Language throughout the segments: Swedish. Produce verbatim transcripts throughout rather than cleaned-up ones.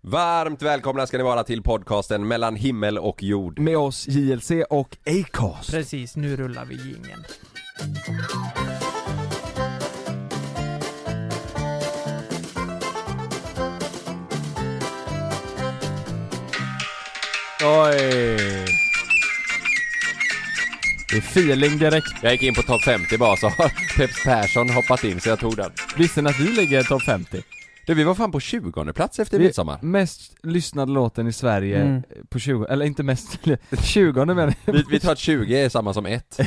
Varmt välkomna ska ni vara till podcasten Mellan himmel och jord. Med oss J L C och Acast. Precis, nu rullar vi jingeln. Oj. Det är feeling direkt. Jag gick in på topp femtio bara, så har Peps Persson hoppat in, så jag tog den. Visste ni att vi ligger topp femtio? Du, vi var fan på tjugonde plats efter Vi- midsommar. Mest lyssnade låten i Sverige Mm. på tjugo, eller inte mest, tjugonde men Vi, vi tror att tjugo är samma som ett.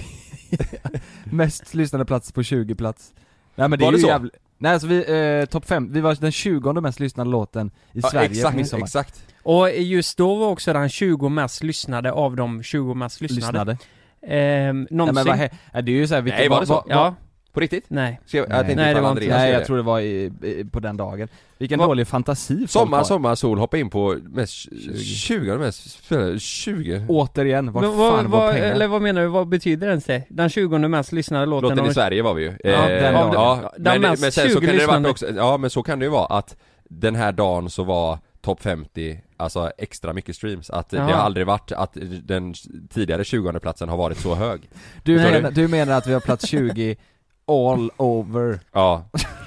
mest lyssnade plats på tjugo plats. Nej men det Var är det ju så? jävligt. Nej alltså vi, eh, topp fem, vi var den tjugonde mest lyssnade låten i Ja, Sverige på exakt, midsommar. exakt. Och just då var också den tjugo mest lyssnade av de tjugo mest lyssnade. Lyssnade. Ehm, Nej någonsin. men vad, he- nej, det är ju såhär, vilka Nej, var det så? Ja, På riktigt? nej. Så jag, jag Nej. tänkte Nej, ifall det var Andreas inte- Nej gör jag det. tror det var i, i, på den dagen. Vilken Va- dålig fantasi folk Sommar, har. sommar, sol, hoppa in på mest tjugo mest spelade, tjugo. Återigen, vad Men fan var vad, pengar? eller vad menar du, vad betyder ens det? Den tjugonde mest lyssnade låten, Låten av- i Sverige var vi ju. Ja, Eh, den dagen. ja, Den men, mest men sen så tjugo kan det vara lyssnande. också, ja men så kan det ju vara att den här dagen så var topp femtio, alltså extra mycket streams. Att Jaha. det har aldrig varit att den tidigare tjugonde platsen har varit så hög. Du, Förstår menar, du menar att vi har plats tjugo all over? Ja.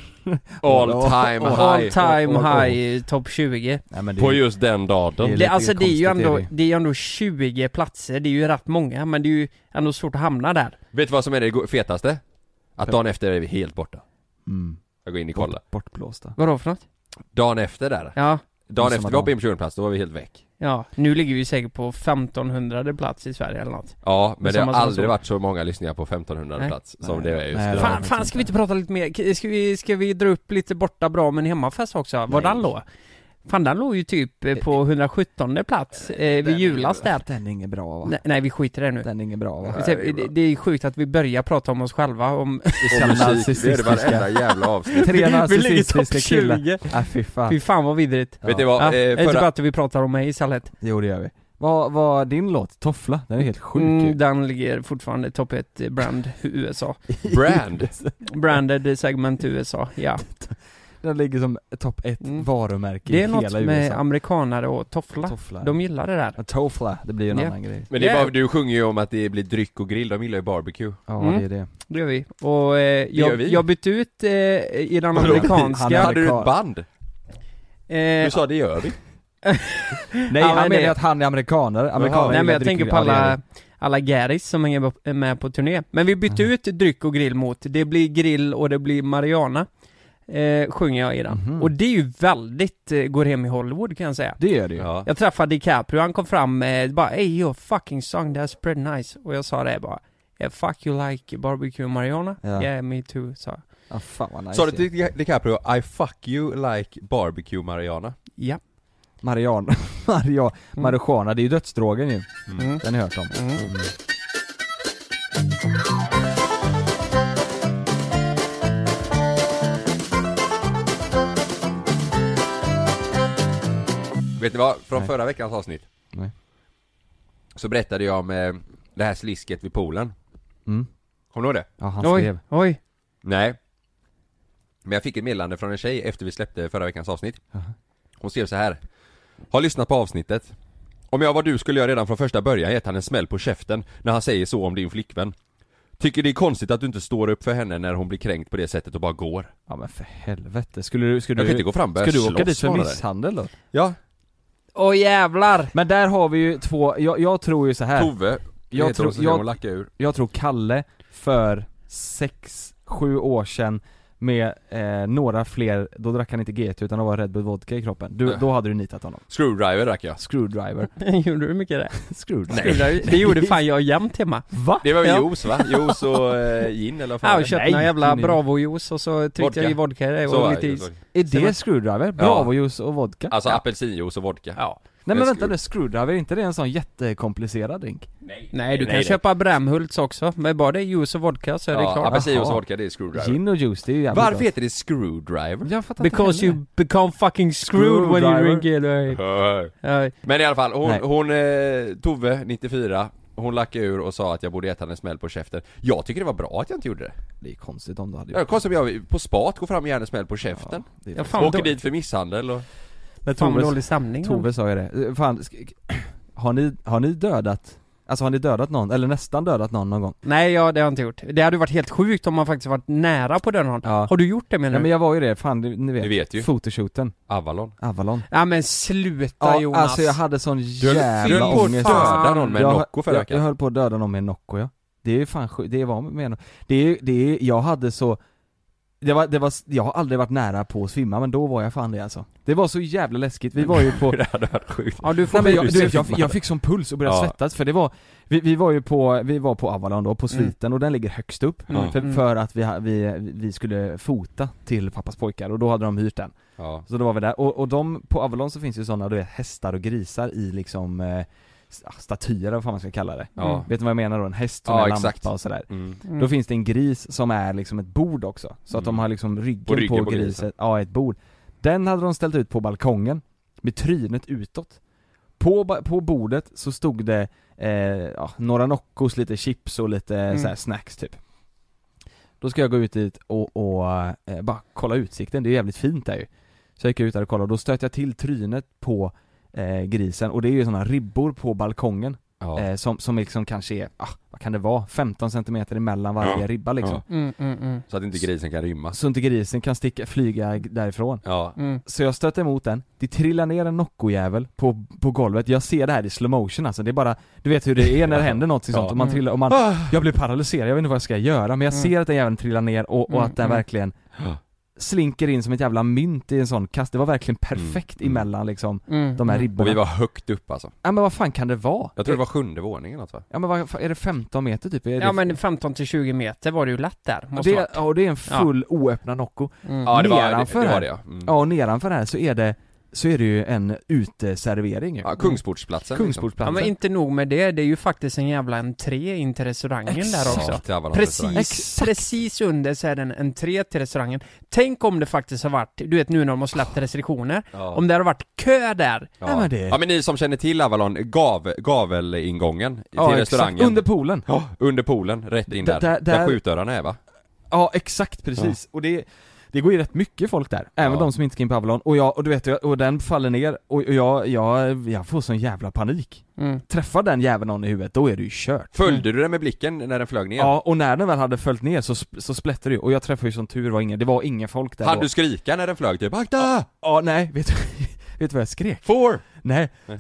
All time All high. time Och- och- och- high topp tjugo. Nej, men det, På just den dagen. Det är Det, lite alltså det är ju konstigt, ändå, är det. det är ju ändå tjugo platser, det är ju rätt många, men det är ju ändå svårt att hamna där. Vet du vad som är det go- fetaste? Att dagen efter är vi helt borta. mm, Jag går in och kollar. bort, bortblåsta. Vadå för något? Dagen efter där. Ja, Dagen Samma efter vi dag. var på in på tjugonde plats, då var vi helt väck. ja. Nu ligger vi säkert på femtonhundrade plats i Sverige eller något. Ja, men det Samma har som aldrig så. varit så många lyssningar på femtonhundrade Nej. plats som Nej. det är just Nej, nu. det var Fan, faktiskt fan ska vi inte. inte prata lite mer? K- Ska vi, ska vi dra upp lite borta bra men hemmafest också? Var Nej. den låg? Fan, den låg ju typ eh, på hundrasjuttonde plats eh, vid julas där. Den är ingen bra va? Nej, nej, vi skiter i det nu. Den är ingen bra va? Det, det, det är sjukt att vi börjar prata om oss själva om... Och musik, det är det varenda jävla avsnitt. Tre vi ligger narcissistiska topp killar. tjugo. Ah, fy fan. Fy fan vad vidrigt. Ja. Vet du vad, Ja, eh, det är typ förra... att vi pratar om mig istället. Jo det gör vi. Vad var din låt? Toffla? Den är helt sjuk ju. Mm, den ligger fortfarande topp ett eh, brand U S A. Brand. Branded segment U S A, ja. Den ligger som topp ett Mm. varumärke Det är i något hela med U S A. amerikanare och toffla. Toffla. De gillar det där. Ja, Toffla, det blir ju en Ja. annan grej. Men det är Yeah. bara, du sjunger ju om att det blir dryck och grill, de gillar ju barbecue. Ja Mm. det är det. Det gör vi. Och eh, gör jag, vi. jag bytte ut eh, i den Vadå? amerikanska... Han Hade du kvar. ett band? Eh, Du sa det gör vi. Nej Ja, han men menar det- ju att han är amerikanare. Amerikaner nej men gillar jag tänker dryck- på ja, det är alla, det. alla Garris som hänger på- med på turné. Men vi bytte Mhm. ut dryck och grill mot, det blir grill och det blir Mariana. Eh, sjunger jag i den. Mhm. Och det är ju väldigt, eh, går hem i Hollywood kan jag säga. Det gör det ju. Ja. Jag träffade DiCaprio, han kom fram med bara hey your fucking song, that's pretty nice. Och jag sa det bara, yeah, fuck you like barbecue Mariana? Ja. Yeah, me too, sa jag. Ja, fan vad nice. Sa du till Di- DiCaprio, I fuck you like barbecue Mariana? Ja. Mariana, Maria, Mm. marijuana, det är ju dödsdrogen ju. Mm. Den har jag hört om. Mm. Vet ni vad? Från Nej. förra veckans avsnitt Nej. så berättade jag om eh, det här slisket vid poolen. Mm. Kommer du ihåg det? Ja, han Oj, skrev. oj. Nej. Men jag fick ett meddelande från en tjej efter vi släppte förra veckans avsnitt. Jaha. Hon skrev så här: har lyssnat på avsnittet. Om jag var du skulle jag redan från första början gett han en smäll på käften när han säger så om din flickvän. Tycker det är konstigt att du inte står upp för henne när hon blir kränkt på det sättet och bara går. Ja men för helvete, skulle du, skulle Jag du, kan inte gå fram och börja ska du åka slåss dit för med dig. misshandel då? Ja, Åh jävlar! Men där har vi ju två, jag, jag tror ju så här. Tove. Jag Jag tror- tror jag- jag lacka ur. Jag tror Kalle för sex, sju år sedan med eh, några fler, då drack han inte G T utan det var Red Bull vodka i kroppen. Du, Nej. då hade du nitat honom. Screwdriver drack jag. Screwdriver. Gjorde du mycket det? Screwdriver. Det, det gjorde fan jag jämt hemma. Va? Det var väl Ja. juice va? Juice och eh, gin eller vad fan Ja, var och det? köpte Nej, några jävla gin. Bravo-juice och så tryckte Vodka. jag i vodka i det Så och var lite det, is. så. Är det screwdriver? Bravo-juice och vodka? Alltså Ja. apelsinjuice och vodka. Ja. Nej men det är vänta screw- nu, screwdriver, är inte det en sån jättekomplicerad drink? Nej, Nej, du kan nej. köpa Brämhults också. Men bara det är juice och vodka så är det Ja, klart. apelsinjuice och Jaha. vodka, det är screwdriver. Gin och juice, det är ju jävligt Varför gott. heter det screwdriver? Jag fattar inte Because heller. you become fucking screwed when you drink it. right? Ja. Men i alla fall, hon, Nej. hon eh, Tove, nittiofyra, hon lackade ur och sa att jag borde äta en smäll på käften. Jag tycker det var bra att jag inte gjorde det. Det är konstigt om du hade Ja, konstigt om jag på spat går fram och ger en smäll på käften. det är Ja, fan. fan, Åker då- dit för misshandel och... När Fan vad Tove, dålig stämning. Tove sa ju det. Fan, sk- har ni, har ni dödat, alltså har ni dödat någon, eller nästan dödat någon någon gång? Nej, ja, det har jag inte gjort. Det hade ju varit helt sjukt om man faktiskt varit nära på den någon. Ja. Har du gjort det menar Nej du? men jag var ju det, fan ni vet, Ni vet ju. Fotoshooten, Avalon. Avalon. Ja men sluta Ja, Jonas. alltså jag hade sån Du höll- jävla du höll på att ångest. döda någon med en jag, Nocco förra jag, veckan. jag höll på att döda någon med en Nocco, ja. Det är ju fan sjukt, det var med en, det är, det är, jag hade så det var, det var, jag har aldrig varit nära på att svimma, men då var jag fan det alltså. Det var så jävla läskigt, vi var ju på Det hade varit sjukt. Ja du får Nej, men jag, du du vet, jag, simmar. jag fick sån puls och började Ja. svettas för det var vi, vi var ju på, vi var på Avalon då, på sviten och den ligger högst upp Mm. för, Mm. för att vi, ha- vi, vi skulle fota till pappas pojkar och då hade de hyrt den. Ja. Så då var vi där, och, och de, på Avalon så finns ju sådana, du vet, hästar och grisar i liksom eh, statyer eller vad fan man ska kalla det. Ja. Vet ni vad jag menar då? En häst som Ja, är exakt. lampa och sådär. Mm. Mm. Då finns det en gris som är liksom ett bord också. Så att Mm. de har liksom ryggen, På ryggen på, på griset, grisen. ja ett bord. Den hade de ställt ut på balkongen med trynet utåt. På, ba- på bordet så stod det eh, ja, några Noccos, lite chips och lite Mm. så här snacks typ. Då ska jag gå ut dit och, och eh, bara kolla utsikten, det är jävligt fint där ju. Så jag gick ut där och kollade och då stötte jag till trynet på eh, grisen och det är ju sådana ribbor på balkongen. Ja. Eh, som, som liksom kanske är, ah, vad kan det vara, femton centimeter emellan varje Ja. ribba liksom. Ja. Mm, mm, mm. Så att inte grisen kan rymma. Så inte grisen kan sticka, flyga därifrån. Ja. Mm. Så jag stötte emot den, det trillar ner en Nocco-jävel på, på golvet. Jag ser det här i slow motion alltså, det är bara, du vet hur det är när det händer något sånt Ja. och man Mm. trillar och man, jag blir paralyserad, jag vet inte vad jag ska göra, men jag Mm. ser att den jäveln trillar ner och, och Mm, att den mm. verkligen Ja. slinker in som ett jävla mynt i en sån kast. Det var verkligen perfekt Mm. emellan liksom Mm. de här Mm. ribborna. Och vi var högt upp alltså. Ja men vad fan kan det vara? Jag tror det var sjunde våningen alltså. Ja men vad, fan, är det femton meter typ? Är Ja det, men femton till tjugo meter var det ju lätt där, måste det, vara. ja, och det är en full oöppnad Nocco. Mm. Ja det var det, Nedanför det, var här. det ja. Mm. Ja och nedanför här så är det så är det ju en uteservering ju. Ja, Kungsportsplatsen. Kungsportsplatsen. Ja men inte nog med det, det är ju faktiskt en jävla entré in till restaurangen där Exakt. också. Ja, till Avalon restaurang. Precis, Exakt. precis under så är det en entré till restaurangen. Tänk om det faktiskt har varit, du vet nu när de har släppt restriktioner, Ja. om det har varit kö där. Ja. Ja, men det- ja men ni som känner till Avalon, gav, gavelingången till Ja, restaurangen. exakt. Under poolen. Ja, under poolen, rätt in D- där. där- Där, där- skjutdörrarna är va? Ja exakt, precis. Och det, det går ju rätt mycket folk där. Även Ja. de som inte ska in på Avalon. Och jag, och du vet, jag- och den faller ner och och jag, jag, jag får sån jävla panik. Mm. Träffar den jäveln någon i huvudet, då är det ju kört. Följde du den med blicken när den flög ner? Ja, och när den väl hade följt ner så, sp- så splätte det ju. Och jag träffade ju som tur var ingen, det var ingen folk där Hann då. du skrika när den flög typ? Akta! Ja, nej, vet du, vet du vad jag skrek? Four! Nej. Nej.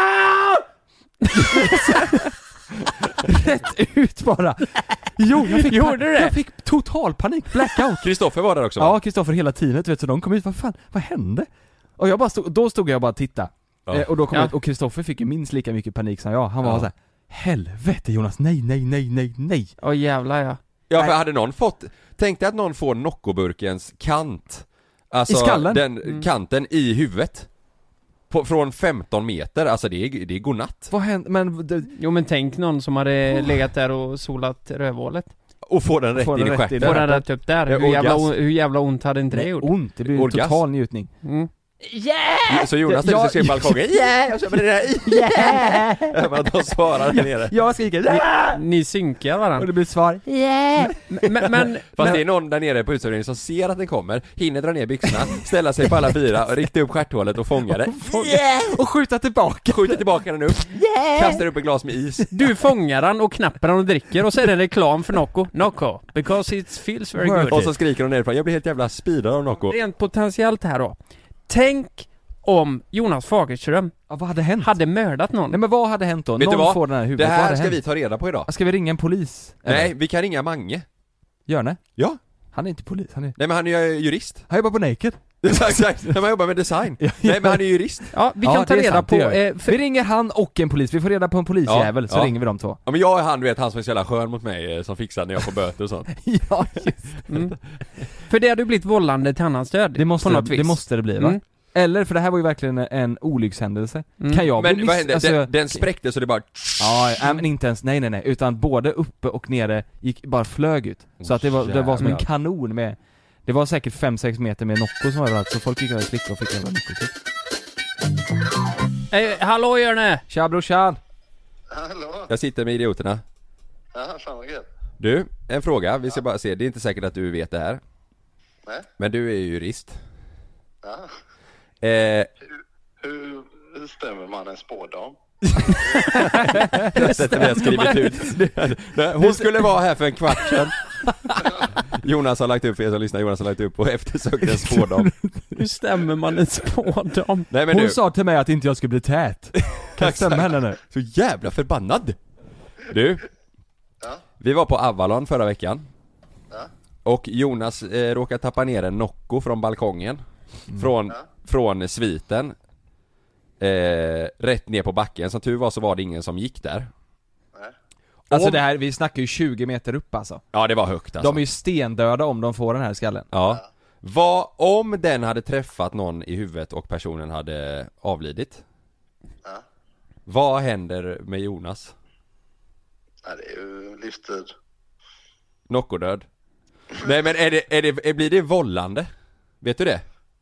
Rätt ut bara. Jo, jag fick, Gjorde du det? jag fick total panik, blackout. Kristoffer var där också va? Ja, Kristoffer hela teamet, vet du, de kom ut, vad fan, vad hände? Och jag bara stod, då stod jag bara och tittade. Ja. Eh, och då kom Ja. jag ut, och Kristoffer fick ju minst lika mycket panik som jag. Han var Ja. så här: helvete Jonas, nej, nej, nej, nej, nej. Åh jävlar ja. Ja för Nej. hade någon fått, tänk dig att någon får Noccoburkens kant. Alltså I skallen? den Mm. kanten i huvudet. På, från femton meter, alltså det är, det är godnatt. Vad hände, men det, Jo men tänk någon som hade legat där och solat rövhålet. Och få den rätt Får in den i rätt in stjärten. Får den rätt upp där, Ja, hur jävla, orgasm. hur jävla ont hade inte det nej, gjort? ont, det blir ju Orgasm. total njutning. Mm. Så Jonas ställer Ja, sig på balkongen, yeah! Och så blir det yeah! Även att de svarar där nere. Jag skriker yeah! Ni synkar Och varandra. det blir svar yeah! Men, men, Fast men det är någon där nere på uteserveringen som ser att den kommer, hinner dra ner byxorna, ställa sig på alla fyra och rikta upp stjärthålet och fånga det. och skjuta tillbaka. Skjuter tillbaka den upp, kastar upp ett glas med is. du fångar den och knappar den och dricker och så är det reklam för Nocco. Nocco, because it feels very good. Och så skriker de nerifrån, jag blir helt jävla speedad av Nocco. Rent potentiellt här då. Tänk om Jonas Fagerström Ja, vad hade hänt? hade mördat någon. Nej men vad hade hänt då? Vet Någon du vad? får den här i Det huvudet, vad här hade ska hänt? vi ta reda på idag. Ska vi ringa en polis? Nej, vi kan ringa Mange. Gör det? Ja. Han är inte polis, han är... Nej men han är ju jurist. Han jobbar på Naked. Exakt, när man jobbar med design. Nej men han är jurist. Ja, vi Ja, kan ta det är reda sant, på... det gör vi. Eh, för, Vi ringer han och en polis, vi får reda på en polisjävel, Ja, så ja. ringer vi de två. Ja men jag är han, du vet, han som är så jävla skön mot mig eh, som fixar när jag får böter och sånt. Ja, mm. för det hade ju blivit vållande till annans död. det måste, på något det, vis. det måste det bli va? Mm. Eller, för det här var ju verkligen en olyckshändelse. Mm. Kan jag bli Men vad miss- hände? alltså, Den, den spräckte så det bara... Ja, nej, men inte ens, nej nej nej, utan både uppe och nere gick, bara flög ut. Så att det var, det var som en Jävlar. kanon med, det var säkert fem sex meter med Nocco som var överallt, så folk gick över och klickade och fick jävla Nocco. Eh, hallå Jörne! Tja brorsan! Hallå? Jag sitter med idioterna. Ja, fan vad gött. Du, en fråga, vi ska bara se, det är inte säkert att du vet det här. Nej. Men du är ju jurist. Ja. Eh, hur stämmer man en spådam? Jag sätter det jag skrivit ut. Hon skulle vara här för en kvart sedan. Jonas har lagt upp, för er som lyssnar, Jonas har lagt upp och eftersökt en spådam. Hur stämmer man en spådam? Nej men Hon du, sa till mig att inte jag skulle bli tät. Kan jag stämma henne nu? så jävla förbannad. Du, Ja, vi var på Avalon förra veckan. ja, Och Jonas eh, råkade tappa ner en Nocco från balkongen. Från, Ja. från sviten. Eh, rätt ner på backen. Som tur var så var det ingen som gick där. nej. Alltså Om- det här, vi snackar ju tjugo meter upp alltså. Ja, det var högt alltså. De är ju stendöda om de får den här skallen. Ja. Vad om den hade träffat någon i huvudet och personen hade avlidit? Ja. Vad händer med Jonas? Nej, det är ju livstid. Nockodöd? Nej men är det, är det, är, blir det vållande? Vet du det?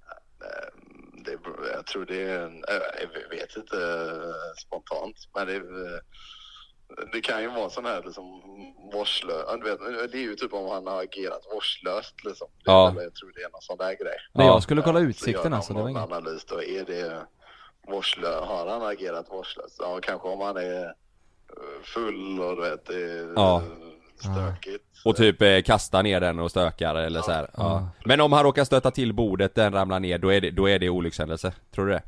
Det, jag tror det är en, jag vet inte eh, spontant, men det, är- det kan ju vara sån här liksom vårdslös. Det är ju typ om han har agerat vårdslöst liksom. Det är Ja. väl- jag tror det är någon sån där grej. Men Ja. jag skulle kolla Så utsikten gör alltså, det de var någon inget. analys då, är det vårdslöst, har han agerat vårdslöst? Ja, kanske om han är eh, full och du vet, det är Ja. stökigt. Och typ eh, kasta ner den och stökar eller så här. Ja. Men om han råkar stöta till bordet, den ramlar ner, då är det, då är det olyckshändelse. Tror du det?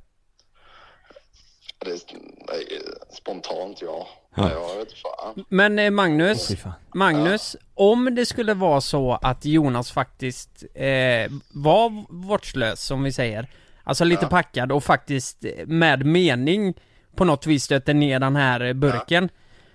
Det är, nej, spontant ja. Ja. Nej, jag vet inte fan. Men eh, Magnus, Fy fan. Magnus, om det skulle vara så att Jonas faktiskt eh, var vårdslös som vi säger, alltså lite Ja. packad och faktiskt eh, med mening på något vis stöter ner den här eh, burken.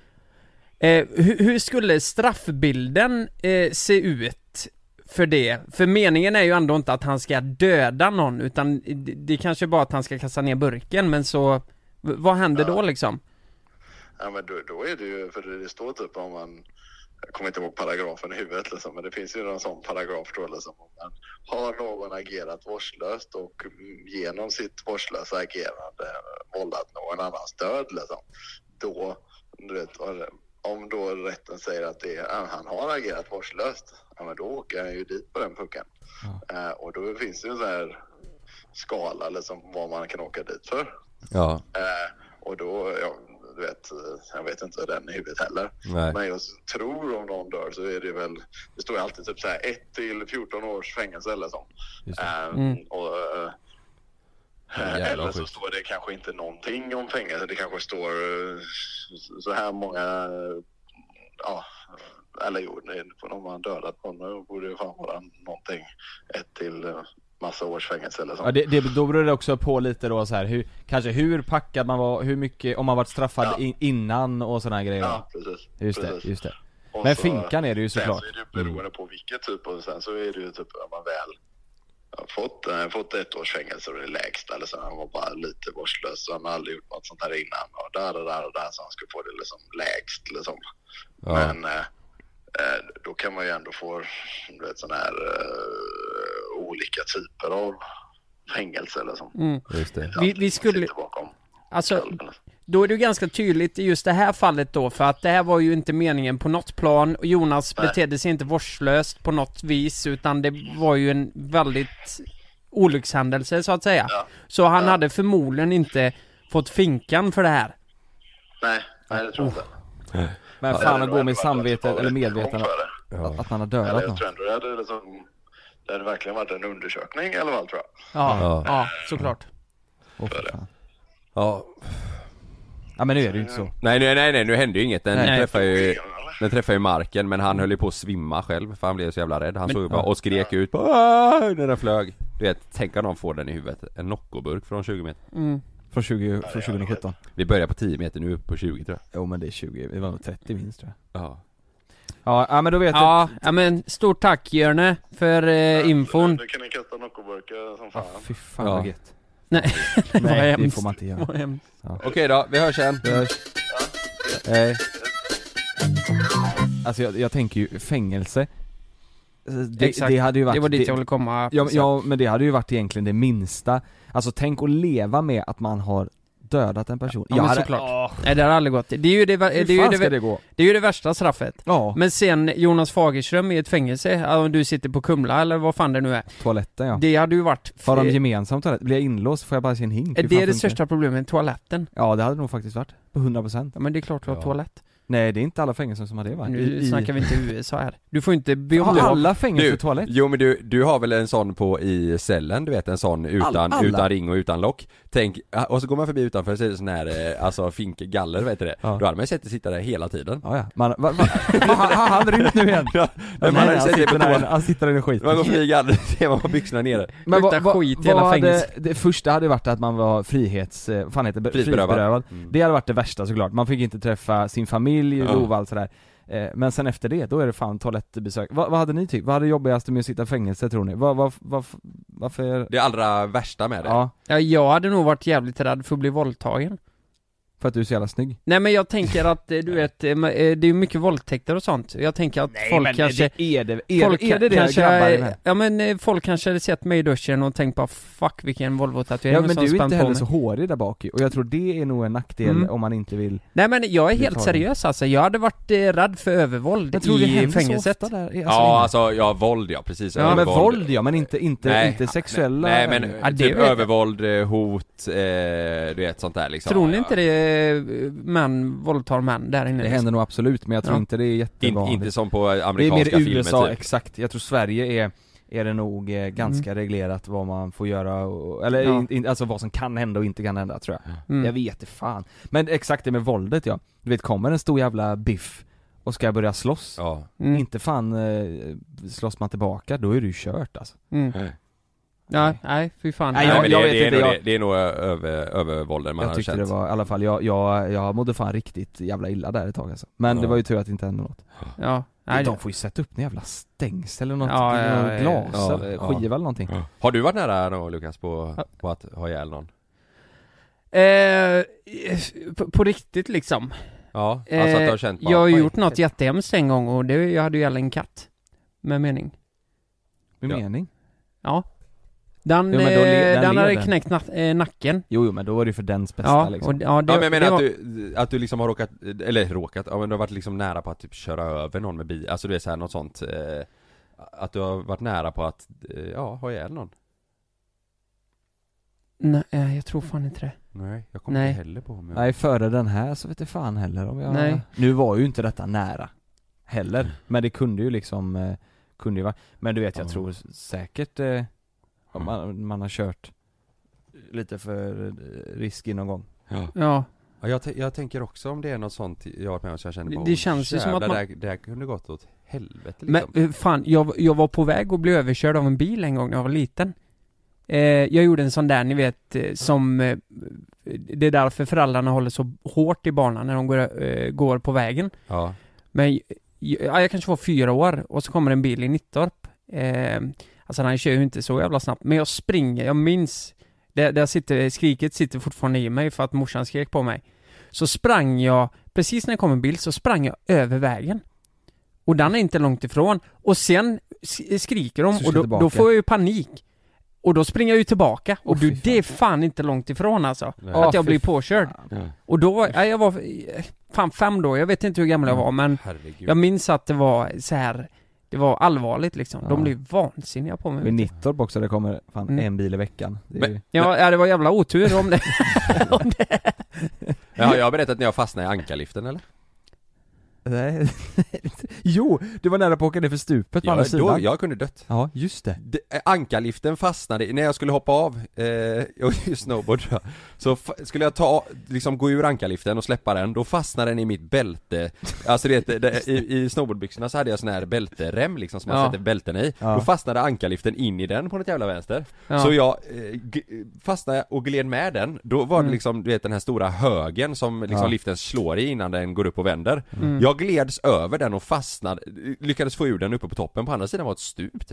Eh, hur, hur skulle straffbilden eh, se ut för det? För meningen är ju ändå inte att han ska döda någon, utan det, det kanske bara att han ska kasta ner burken, men så v- vad händer då liksom? Ja, men då, då är det ju, för det står typ om man, jag kommer inte ihåg paragrafen i huvudet liksom, men det finns ju någon sån paragraf då liksom, om man har någon agerat vårdslöst och genom sitt vårdslösa agerande vållat någon annans död liksom, då, du vet, om då rätten säger att det är, han har agerat vårdslöst, ja men då åker han ju dit på den pucken. Ja. Eh, och då finns det ju en sån här skala liksom, vad man kan åka dit för. Ja. Eh, och då, ja, du vet, jag vet inte den i huvudet heller. Nej. Men jag tror om någon dör så är det väl, det står ju alltid typ så här ett till fjorton års fängelse eller så. Just det. Eh, Mm. och, eh, Jävlar eller så sjukt. står det kanske inte någonting om fängelse. Det kanske står eh, så här många, eh, ja, eller jo, det- om man dödat någon nu borde det fan vara någonting, ett till eh, massa års fängelse eller så. Ja, det, det, då beror det också på lite då så här, hur, kanske hur packad man var, hur mycket, om man varit straffad Ja. in, innan och sådana grejer. Ja, precis. Just det, precis. just det. Och Men så- finkan är det ju Sen såklart. så är det ju beroende på vilket typ, och sen så är det ju typ om man väl har fått, äh, fått ett års fängelse och det är lägst, eller så han var bara lite vårdslös så han har aldrig gjort något sånt här innan och där och där och där så han skulle få det liksom lägst liksom. Ja. Men äh, äh, då kan man ju ändå få, du vet, sån här äh, olika typer av fängelse eller så. Mm. Just det. Vi- vi skulle- Sitter bakom Alltså, skölden. då är det ju ganska tydligt i just det här fallet då, för att det här var ju inte meningen på något plan, och Jonas Nej. betedde sig inte vårdslöst på något vis, utan det var ju en väldigt olyckshändelse så att säga. Ja. Så han Ja. hade förmodligen inte fått finkan för det här. Nej, nej det tror jag inte. Men Ja, fan Det att hade gå nog med ändå varit samvetet ett eller rättegång medvetande för det. Ja. att man har Eller dödat jag någon. tror ändå det hade liksom, det hade verkligen varit en undersökning i alla fall tror jag. Ja, Ja. ja, såklart. Åh, för fan. Ja. Ja men nu är det ju inte så. Nej, nej, nej, nej, nu hände ju inget. Den Nej. träffade ju Den träffade ju marken, men han höll ju på att svimma själv för han blev så jävla rädd. Han Men- såg ju bara och skrek ut på "Aah!" när den flög. Du vet, tänk om någon får den i huvudet. En Noccoburk från tjugo meter. Mm. Från tjugo, från tjugohundrasjutton. Vi börjar på tio meter, nu upp på tjugo tror jag. Jo men det är tjugo, det var nog trettio minst tror jag. Ja. Ja, ja men då vet Ja, ja men stort tack Jörne för eh, infon. Nu kan ni kasta Noccoburkar som du. fan. Ja, fy fan Ja. vad gött. Nej, vad Nej, det hemskt. får man inte göra. Vad hemskt. Okej då, vi hörs sen. Vi hörs. Ja. Hej. Alltså jag, jag tänker ju fängelse. Det, Exakt. det hade ju varit Det var dit det, jag ville komma. ja, ja, men det hade ju varit egentligen det minsta. Alltså tänk att leva med att man har dödat en person. Ja, Jag men hade- såklart. Åh, Nej, det har aldrig gått. Det är ju det, det, hur är ju fan det, ska det gå? det är ju det värsta straffet. Ja, Men sen Jonas Fagerström i ett fängelse, ja, om du sitter på Kumla eller vad fan det nu är. toaletten ja. Det hade ju varit... Har de gemensamt toalett? Blir jag inlåst får jag bara se en hink? Hur det fan är det funkar största problemet, toaletten. Ja, det hade nog faktiskt varit. På hundra procent. Ja, men det är klart du har Ja. toalett. Nej, det är inte alla fängelser som har det va? Nu I, snackar vi inte U S A här. Du får inte be om Har lov. alla fängelser Du, toalett? Jo men du, du har väl en sån på i cellen, du vet en sån utan, alla. utan ring och utan lock. Tänk, och så går man förbi utanför så är det sån här, eh, alltså finkgaller vet du det. Ja. Då hade man ju sett det sitta där hela tiden. Ja, ja. Man, va, va, har har han rymt nu igen? Ja, Nej, men man hade han, sett det på sitter där, toa. han sitter där i skiten. Man går förbi galler, ser man har byxorna nere. Men Luktar skit i hela hade, fängelset. det första hade varit att man var frihets, eh, vad fan heter det? Frihetsberövad. Frihetsberövad. Mm. Det hade varit det värsta såklart. Man fick inte träffa sin familj, Ja. lov och allt sådär. Eh, Men sen efter det, då är det fan toalettbesök. Va, vad hade ni typ? Vad hade jobbigast med att sitta i fängelse tror ni? Vad, vad, vad, varför? Det allra värsta med det. Ja, Ja, jag hade nog varit jävligt rädd för att bli våldtagen. för att du är så jävla snygg. Nej men jag tänker att, eh, du vet, eh, ma- eh, det är mycket våldtäkter och sånt. Jag tänker att folk kanske... är det, är folk det, är det, det kanske, grabbar i den här? Ja men eh, folk kanske hade sett mig i duschen och tänkt bara fuck vilken Volvo-tatuering Ja men som du är spänt inte på heller mig. så hårig där bak i, och jag tror det är nog en nackdel Mm. om man inte vill. Nej men jag är bli helt tagen. seriös alltså, jag hade varit eh, rädd för övervåld Jag tror det i händer fängelset. så ofta där. Alltså, Ja inne. alltså, ja våld ja, precis. Ja men Övervåld. våld ja, men inte, inte, Nej. inte sexuella. Nej men Ja, det typ vet jag. övervåld, eh, hot, eh, du vet sånt där liksom. Tror ni Ja, inte det, eh, män våldtar män där inne? Det liksom? händer nog absolut, men jag tror Ja. inte det är In, jättevanligt. inte som på Det är amerikanska mer filmer U S A, typ. exakt. Jag tror Sverige är, är det nog eh, ganska reglerat vad man får göra och, eller Ja. in, in, alltså vad som kan hända och inte kan hända tror jag. Mm. Jag vet det fan. Men exakt det med våldet ja. Du vet, kommer en stor jävla biff och ska börja slåss, Ja. Mm. inte fan eh, slåss man tillbaka, då är det ju kört alltså. Mm. Nej. Ja, nej fy fan. Nej, Nej, jag- men det, vet det, är inte, nog, jag- det, det är nog över, övervålden man Jag har tyckte känt. det var, i alla fall, jag, jag, jag mådde fan riktigt jävla illa där ett tag alltså. Men Ja. det var ju tur att det inte hände något. Ja, nej, De får ju sätta upp en jävla stängsel eller något, Ja, ja, något ja, glas ja. eller Ja. skiva eller någonting. Ja. Har du varit nära då Lukas på, Ja. på att ha ihjäl någon? Eh, på, på riktigt liksom. Ja, alltså att du har känt bara, Jag har ju "Oj, gjort något jättehemskt en gång och det, jag hade ju ihjäl en katt. Med mening. Med Ja. mening? Ja. Den, Jo, men då le- eh, den den hade leder. knäckt na- eh, nacken. Jo, jo men då var det ju för dens bästa Ja, liksom. och, ja, det, Ja men jag menar det att, var, du, att du liksom har råkat, eller råkat, ja men du har varit liksom nära på att typ köra över någon med bil, alltså du är så här något sånt eh, att du har varit nära på att, eh, ja, ha ihjäl någon. Nej, eh, jag tror fan inte det. Nej, jag kommer Nej. inte heller på om jag... Nej, före den här så vet jag fan heller om jag... Nej. Nu var ju inte detta nära heller, men det kunde ju liksom, eh, kunde ju vara, men du vet jag Ja. tror säkert eh, om man, man har kört lite för eh, risky någon gång. Ja. Ja, Ja, jag, t- jag tänker också om det är något sånt jag har varit med om så jag känner Det- bara, det "Åh, känns ju som jävlar, att man- det, här, det här kunde gått åt helvete men liksom." eh, fan, jag, jag var på väg att bli överkörd av en bil en gång när jag var liten. Eh, jag gjorde en sån där, ni vet, eh, som eh, det är därför föräldrarna håller så hårt i barnen när de går, eh, går på vägen. Ja, Men ja, jag kanske var fyra år och så kommer en bil i Nittorp. Eh, alltså han kör ju inte så jävla snabbt. Men jag springer, jag minns. Det, där sitter, skriket sitter fortfarande i mig för att morsan skrek på mig. Så sprang jag, precis när det kom en bil så sprang jag över vägen. Och den är inte långt ifrån. Och sen sk- skriker de Så ska och då, tillbaka. då får jag ju panik. Och då springer jag ju tillbaka. Och Åh, du, fy fan. det är fan inte långt ifrån alltså. Nej. Att jag fy blir påkörd. ja. Och då var, ja, jag var fan fem då, jag vet inte hur gammal jag var men Herregud. jag minns att det var så här. Det var allvarligt liksom, Ja. de blev vansinniga på mig. Vid Nittorp också, det kommer fan Mm. en bil i veckan. Det är Men- ju... Ja, ja, det var jävla otur om det. om det. Ja, jag har berättat när jag fastnade i ankarliften eller? Nej. Jo, du var nära på att åka ner för stupet på andra Ja, sidan. då, jag kunde dött. Ja, just det. Det, eh, ankarliften fastnade, när jag skulle hoppa av, eh, och snowboard tror jag, så fa- skulle jag ta, liksom gå ur ankarliften och släppa den, då fastnade den i mitt bälte. Alltså det, det i, i snowboardbyxorna så hade jag sån här bälterem liksom som man Ja. sätter bälten i. Ja. Då fastnade ankarliften in i den på något jävla vänster. Ja. Så jag eh, g- fastnade och gled med den, då var det Mm. liksom, du vet den här stora högen som liksom Ja. liften slår i innan den går upp och vänder. Mm. Jag gleds över den och fastnade, lyckades få ur den uppe på toppen, på andra sidan var ett stup typ.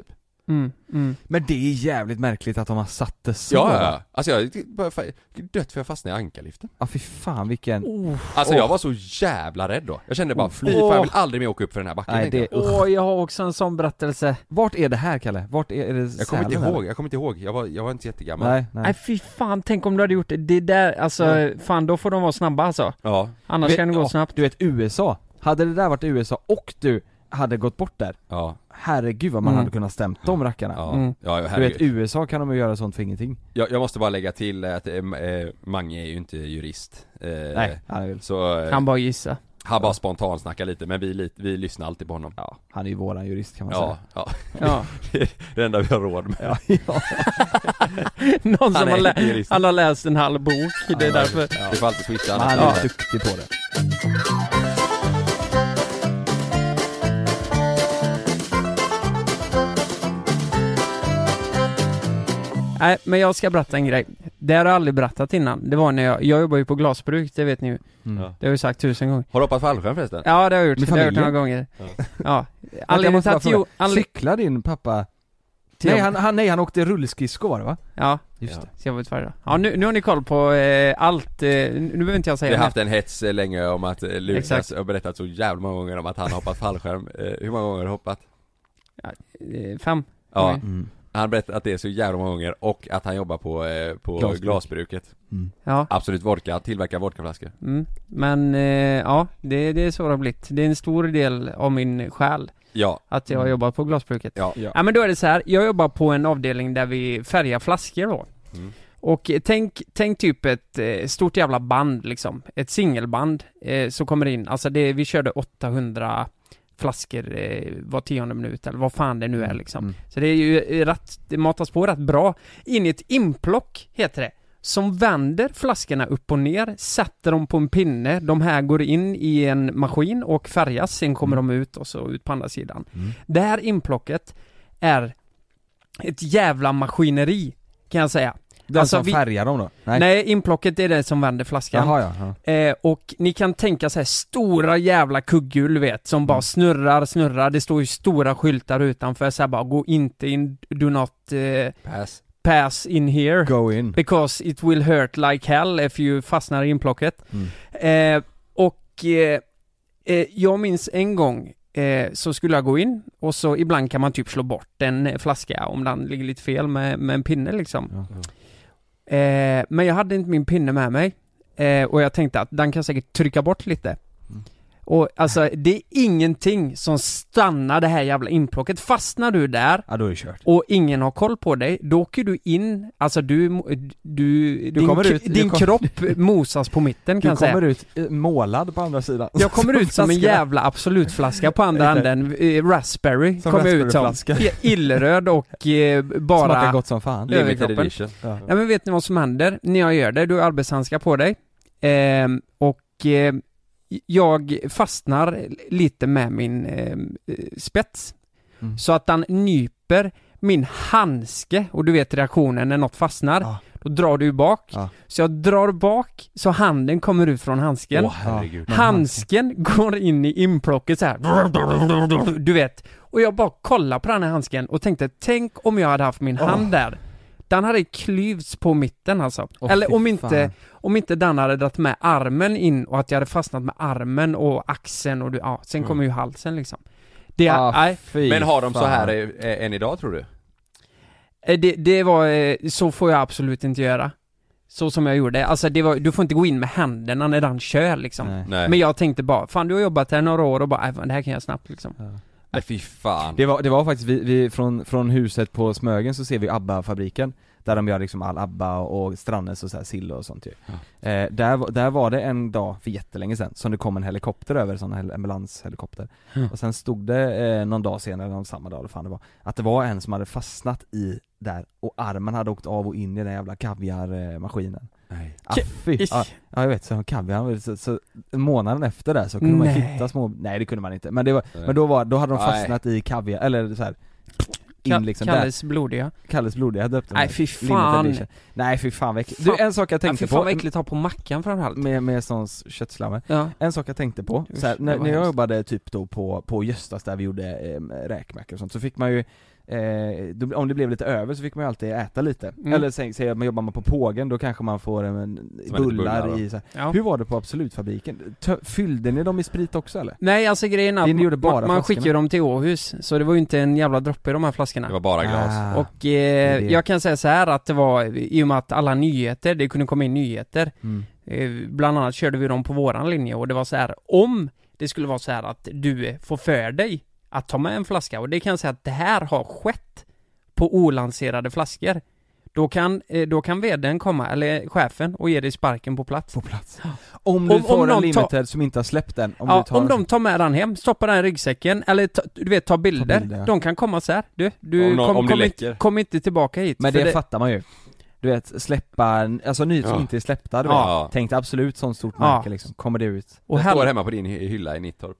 Mm, mm. Men det är jävligt märkligt att de har satt det så. Ja, ja. Alltså jag bara dött för jag fastnade i ankarliften. Ja, fy fan vilken... Oh. Alltså Oh. jag var så jävla rädd då. Jag kände bara, Oh, fy fan, jag vill oh. aldrig mer åka upp för den här backen. Nej, tänkte det... jag. Usch. Åh, jag har också en sån berättelse. Vart är det här, Kalle? Vart är, är det Jag kommer inte Sälen, ihåg, eller? jag kommer inte ihåg. Jag var, jag var inte jättegammal. Nej, Nej nej. fy fan, tänk om du hade gjort det, det där, alltså Ja. fan då får de vara snabba alltså. Ja, Annars Vet- kan det gå ja, snabbt. Du vet U S A. Hade det där varit U S A och du hade gått bort där, ja, herregud vad man Mm. hade kunnat stämt de rackarna. ja, Mm. ja, Du vet, herregud. U S A kan de ju göra sånt för ingenting. Jag, jag måste bara lägga till att eh, eh, Mange är ju inte jurist. Eh, Nej, han är väl... Så eh, Kan bara gissa. han bara spontant snackar lite, men vi, li- vi lyssnar alltid på honom. Ja, han är ju våran jurist kan man Ja, ja. Ja. Det är det enda vi har råd med. säga. Ja, Någon Han som är har, lä- inte jurist. han har läst en halv bok, det är Ja, därför. ja. Vi får alltid switcha. Men han annars- är duktig på det. Nej, men jag ska berätta en grej. Det har jag aldrig berättat innan. Det var när jag, jag jobbar ju på glasbruk, det vet ni ju. Mm. Ja. Det har jag ju sagt tusen gånger. Har du hoppat fallskärm förresten? Ja, det har jag gjort. Med Det har jag gjort familjen? några gånger. Ja. Ja. Jag Anledningen måste till bara att fråga, jo, anled- Cyklar din pappa? till Nej jobb- han, han, nej, han åkte rullskridskor var det va? Ja, Just Ja. det. så jag var ute varje dag. Ja, nu, nu har ni koll på eh, allt. Eh, nu behöver inte jag säga Vi har mer. haft en hets eh, länge om att eh, Lukas Exakt. har berättat så jävla många gånger om att han har hoppat fallskärm. Eh, hur många gånger har du hoppat? Eh, Fem. Ja, Oj. Mm. han har berättat att det är så jävla många gånger och att han jobbar på, eh, på Glasbruk. glasbruket. Mm. Ja. Absolut vodka, tillverkar vodkaflaskor. Mm. Men eh, ja, det, det är så det har blivit. Det är en stor del av min själ Ja, att jag har Mm. jobbat på glasbruket. ja. Ja. Ja, men då är det så här. Jag jobbar på en avdelning där vi färgar flaskor då. Mm. Och eh, tänk, tänk typ ett eh, stort jävla band liksom. Ett singelband eh, som kommer in. Alltså det, vi körde åttahundra flaskor eh, var tionde minut eller vad fan det nu är liksom. Mm. Så det är ju eh, rätt, det matas på rätt bra. In i ett inplock heter det. Som vänder flaskorna upp och ner, sätter dem på en pinne. De här går in i en maskin och färgas. Sen kommer Mm. de ut och så ut på andra sidan. Mm. Det här inplocket är ett jävla maskineri kan jag säga. Den Alltså, som vi- färgar dem då? Nej, inplocket är det som vänder flaskan. Jaha, ja, ja. Eh, och ni kan tänka så här stora jävla kugghjul vet, som bara Mm. snurrar, snurrar. Det står ju stora skyltar utanför så här bara gå inte in, do not eh, Pass. pass in here. Go in. Because it will hurt like hell if you fastnar i inplocket. Mm. Eh, och eh, eh, jag minns en gång eh, så skulle jag gå in och så ibland kan man typ slå bort en eh, flaska om den ligger lite fel med, med en pinne liksom. Ja. Eh, men jag hade inte min pinne med mig eh, och jag tänkte att den kan säkert trycka bort lite. Mm. Och alltså det är ingenting som stannar det här jävla inplocket. Fastnar du där Ja, då är det kört. och ingen har koll på dig, då åker du in, alltså du, du, din, kommer ut- din du kom- kropp mosas på mitten kan Du jag säga. kommer ut eh, målad på andra sidan. Jag kommer ut som en Flaskorna. jävla absolutflaska på andra änden, eh, raspberry Som kommer jag ut som. raspberryflaska. I- Illröd och eh, Smakar bara... gott som fan. Ja. Limited Överkroppen. edition. Ja. Ja men vet ni vad som händer när jag gör det? Du har arbetshandskar på dig. Ehm, och eh, jag fastnar lite med min eh, spets. Mm. Så att den nyper min handske och du vet reaktionen när något fastnar. Ja. Då drar du bak. Ja. Så jag drar bak så handen kommer ut från handsken. Åh herregud. Ja. Handsken går in i inplocket så här. Du vet. Och jag bara kollar på den här handsken och tänkte, tänk om jag hade haft min Åh. hand där. Den hade klyvts på mitten alltså. Åh, Eller fy om inte, fan. om inte den hade dragit med armen in och att jag hade fastnat med armen och axeln och du, ja, sen Mm. kommer ju halsen liksom. Det, Ah, nej, fy Men har de så fan. här eh, än idag tror du? eh, det, det var, eh, så får jag absolut inte göra. Så som jag gjorde. Alltså det var, du får inte gå in med händerna när den kör liksom. Nej. Nej. Men jag tänkte bara, fan du har jobbat här några år och bara, äh, fan, det här kan jag snabbt liksom. Ja. Nej fy fan. Det var, det var faktiskt, vi, vi från, från huset på Smögen så ser vi ABBA-fabriken. Där de gör liksom all ABBA och Strannes och så här sill och sånt ju. Ja. Eh, där, var- där var det en dag för jättelänge sedan som det kom en helikopter över, sån här ambulanshelikopter. Mm. Och sen stod det eh, någon dag senare, någon samma dag eller fan det var, att det var en som hade fastnat i där och armen hade åkt av och in i den jävla kaviarmaskinen. Nej. Ah, fy. Ja, ja, jag vet, så kaviar, så, så månaden efter det så kunde man Nej. hitta små, nej det kunde man inte, men det var, Nej. men då var, då hade de Nej. fastnat i kaviar, eller så här. In Ka- liksom där. Kalles blodiga. Kalles blod, jag döpte Nej, den. fy Limited fan. edition. Nej fy fan vad äckligt. Fan. Du, en sak jag Ja, tänkte fy fan på vad äckligt att ha på mackan framförallt. med, med sån köttslammer. Ja. En sak jag tänkte på, Usch, så här, det när, var när jag hemskt. jobbade typ då på, på Göstas där vi gjorde eh, räkmackor och sånt, så fick man ju eh, då, om det blev lite över så fick man ju alltid äta lite. Mm. Eller säg, säg att man jobbar man på Pågen, då kanske man får en, en bullar bullar då. i så här. Ja. Hur var det på Absolutfabriken? Tö- fyllde ni dem i sprit också eller? Nej, alltså grejen är att Ni gjorde bara man, man flaskorna. skickade dem till Åhus, så det var ju inte en jävla droppe i de här flaskorna. Det var bara glas. Ah. Och är eh, det. jag kan säga så här att det var, i och med att alla nyheter, det kunde komma in nyheter, Mm. eh, bland annat körde vi dem på våran linje, och det var så här: om det skulle vara så här att du får för dig att ta med en flaska, och det kan jag säga att det här har skett på olanserade flaskor, då kan, eh, då kan vdn komma, eller chefen, och ge dig sparken på plats. På plats. Om du Om- får om en någon limited tar- som inte har släppt den. Om, Ja, du tar om de tar med den hem, stoppar den i ryggsäcken, eller ta, du vet, ta bilder, Ta bilder, ja. de kan komma så här. Du, du Om nå- kom, om det kom, läcker. inte, kom inte tillbaka hit. Men för det, fattar man ju. Du vet, släppa, alltså nyheter som Ja. inte är släppta, du Ja. vet. Tänkte absolut sånt stort Ja. märke liksom. Kommer det ut? och Den står hell- hemma på din hy- hylla i Nittorp.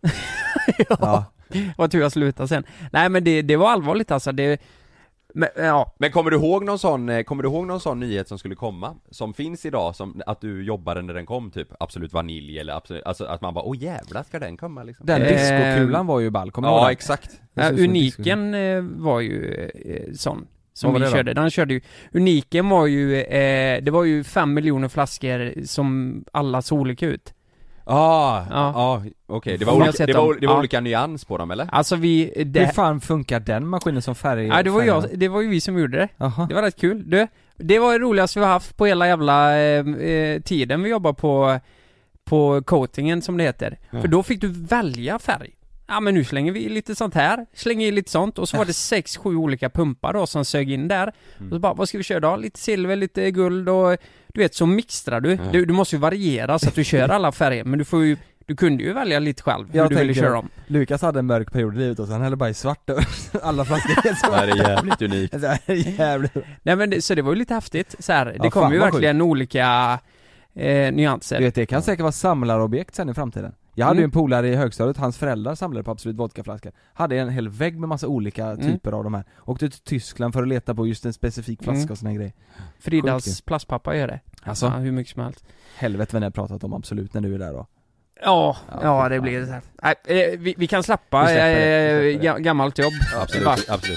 Ja. Vad tur jag slutade sen. Nej men det, det var allvarligt alltså, det, men, ja. Men kommer du ihåg någon sån, eh, kommer du ihåg någon sån nyhet som skulle komma? Som finns idag, som att du jobbade när den kom typ? Absolut vanilj eller absolut, alltså att man bara, åh jävlar ska den komma liksom? Den Eh, diskokulan var ju ball, kommer du ihåg Ja den? exakt. Det ser Ja, ut som en Uniken eh, var ju eh, sån som Vad var vi det då? körde. Den körde ju, Uniken var ju, eh, det var ju fem miljoner flaskor som alla såg olika ut. Ah, Ja. ja, ah, okej, det var, Om jag olika, sett det var, dem. det var Ja. olika nyans på dem eller? Alltså vi, Hur det, fan funkar den maskinen som färg? nej, det var färgerna? jag, det var ju vi som gjorde det. Jaha. Det var rätt kul. Du, det var det roligaste vi har haft på hela jävla eh, eh, tiden vi jobbar på på coatingen som det heter. Ja. För då fick du välja färg. Ja men nu slänger vi lite sånt här, slänger i lite sånt, och så var det sex, sju olika pumpar då som sög in där. Mm. Och så bara, vad ska vi köra då? Lite silver, lite guld och du vet, så mixtrar du. Ja. du. Du måste ju variera så att du kör alla färger, men du får ju, du kunde ju välja lite själv hur Jag du ville tänker- köra dem. Lukas hade en mörk period i livet och sen hällde bara i svart över alla flaskor. Det här är jävligt unikt. Det här är jävligt. Nej men det, så det var ju lite häftigt så här. Det Ja, kommer fan ju vad verkligen olika eh, nyanser. Du vet, det kan säkert vara samlarobjekt sen i framtiden. Jag hade Mm. ju en polare i högstadiet, hans föräldrar samlade på Absolut vodkaflaskor. Hade en hel vägg med massa olika Mm. typer av de här. Åkte till Tyskland för att leta på just en specifik flaska Mm. och såna grejer. Fridas Sjukt plastpappa gör det. Alltså? Ja, hur mycket som helst. Helvete vad ni har pratat om Absolut när du är där då. Ja, Ja, ja fy det fan. blir det så här. Nej, eh, vi, vi kan släppa, Vi släpper det, eh, vi släpper det. ga- gammalt jobb. Bara- Absolut, absolut.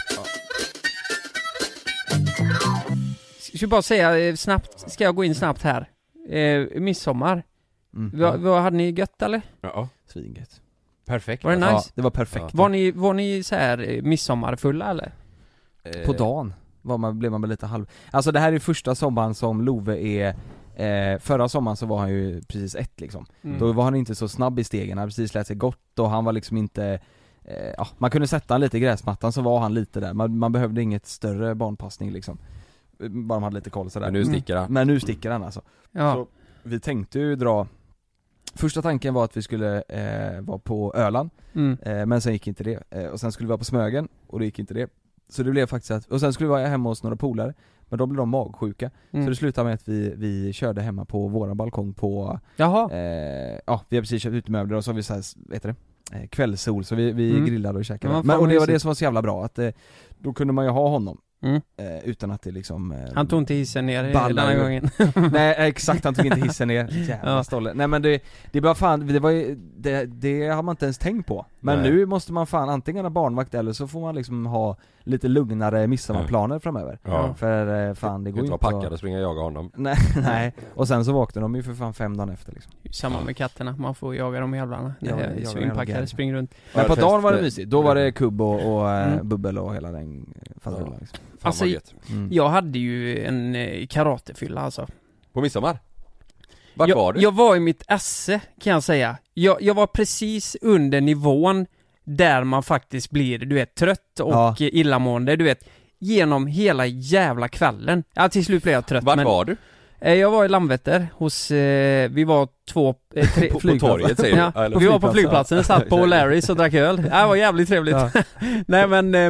Ska vi bara säga eh, snabbt, ska jag gå in snabbt här? Eh, midsommar. Mm. Vad, vad hade ni gött eller? Ja, Svingött. perfekt. Var det nice? Ja, det var perfekt. Ja. Var ni, var ni så här eh, midsommarfulla eller? Eh, På dagen var man, blev man väl lite halv... Alltså det här är ju första sommaren som Love är... Eh, förra sommaren så var han ju precis ett liksom. Mm. Då var han inte så snabb i stegen, han hade precis lärt sig gott och han var liksom inte... Eh, ja, man kunde sätta han lite i gräsmattan så var han lite där. Man, man behövde inget större barnpassning liksom. Bara man hade lite koll sådär. Men nu sticker han. Men nu sticker han alltså. Ja. Så vi tänkte ju dra... Första tanken var att vi skulle eh, vara på Öland, Mm. eh, men sen gick inte det. Eh, och sen skulle vi vara på Smögen, och det gick inte det. Så det blev faktiskt att, och sen skulle vi vara hemma hos några polare, men då blev de magsjuka. Mm. Så det slutade med att vi, vi körde hemma på våran balkong på, Jaha. eh, ja vi har precis köpt utemöbler och så har vi så här, vet du det, eh, kvällssol, så vi, vi Mm. grillade och käkade. Ja, fan men, och vad det var mysigt. det som var så jävla bra, att eh, då kunde man ju ha honom, Mm. eh, utan att det liksom eh, Han tog inte hissen ner eh, ballar denna ur. gången. Nej exakt, han tog inte hissen ner. Jävla Ja. stolle. Nej men det, det var fan, det var ju, det, det har man inte ens tänkt på. Men Nej. nu måste man fan antingen ha barnvakt eller så får man liksom ha lite lugnare midsommarplaner framöver. Ja. För eh, fan det Du går inte inte vara packad att... och springa och jaga honom. Nej, nej, och sen så vaknade de ju för fan fem dagar efter liksom. Samma med katterna, man får jaga de jävlarna. Ja, Det jaga är de svinpackade, jävla springer runt. Men på Fest, dagen var det eh, mysigt, då var det kubb och, och eh, Mm. bubbel och hela den faderullan Ja. liksom. Fan Alltså, vad gött. Mm. Jag hade ju en eh, karatefylla alltså. På midsommar? Vart jag, var du? Jag var i mitt esse kan jag säga. Jag, jag var precis under nivån där man faktiskt blir, du vet, trött och Ja. eh, illamående, du vet, genom hela jävla kvällen. Ja, till slut blev jag trött. Vart men, var du? eh, jag var i Landvetter hos, eh, vi var två, eh, tre, På, på flygplats. torget säger du? Ja, Eller? vi var på flygplatsen. flygplatsen, satt på Larrys och drack öl. Det var jävligt trevligt. Ja. Nej men, eh,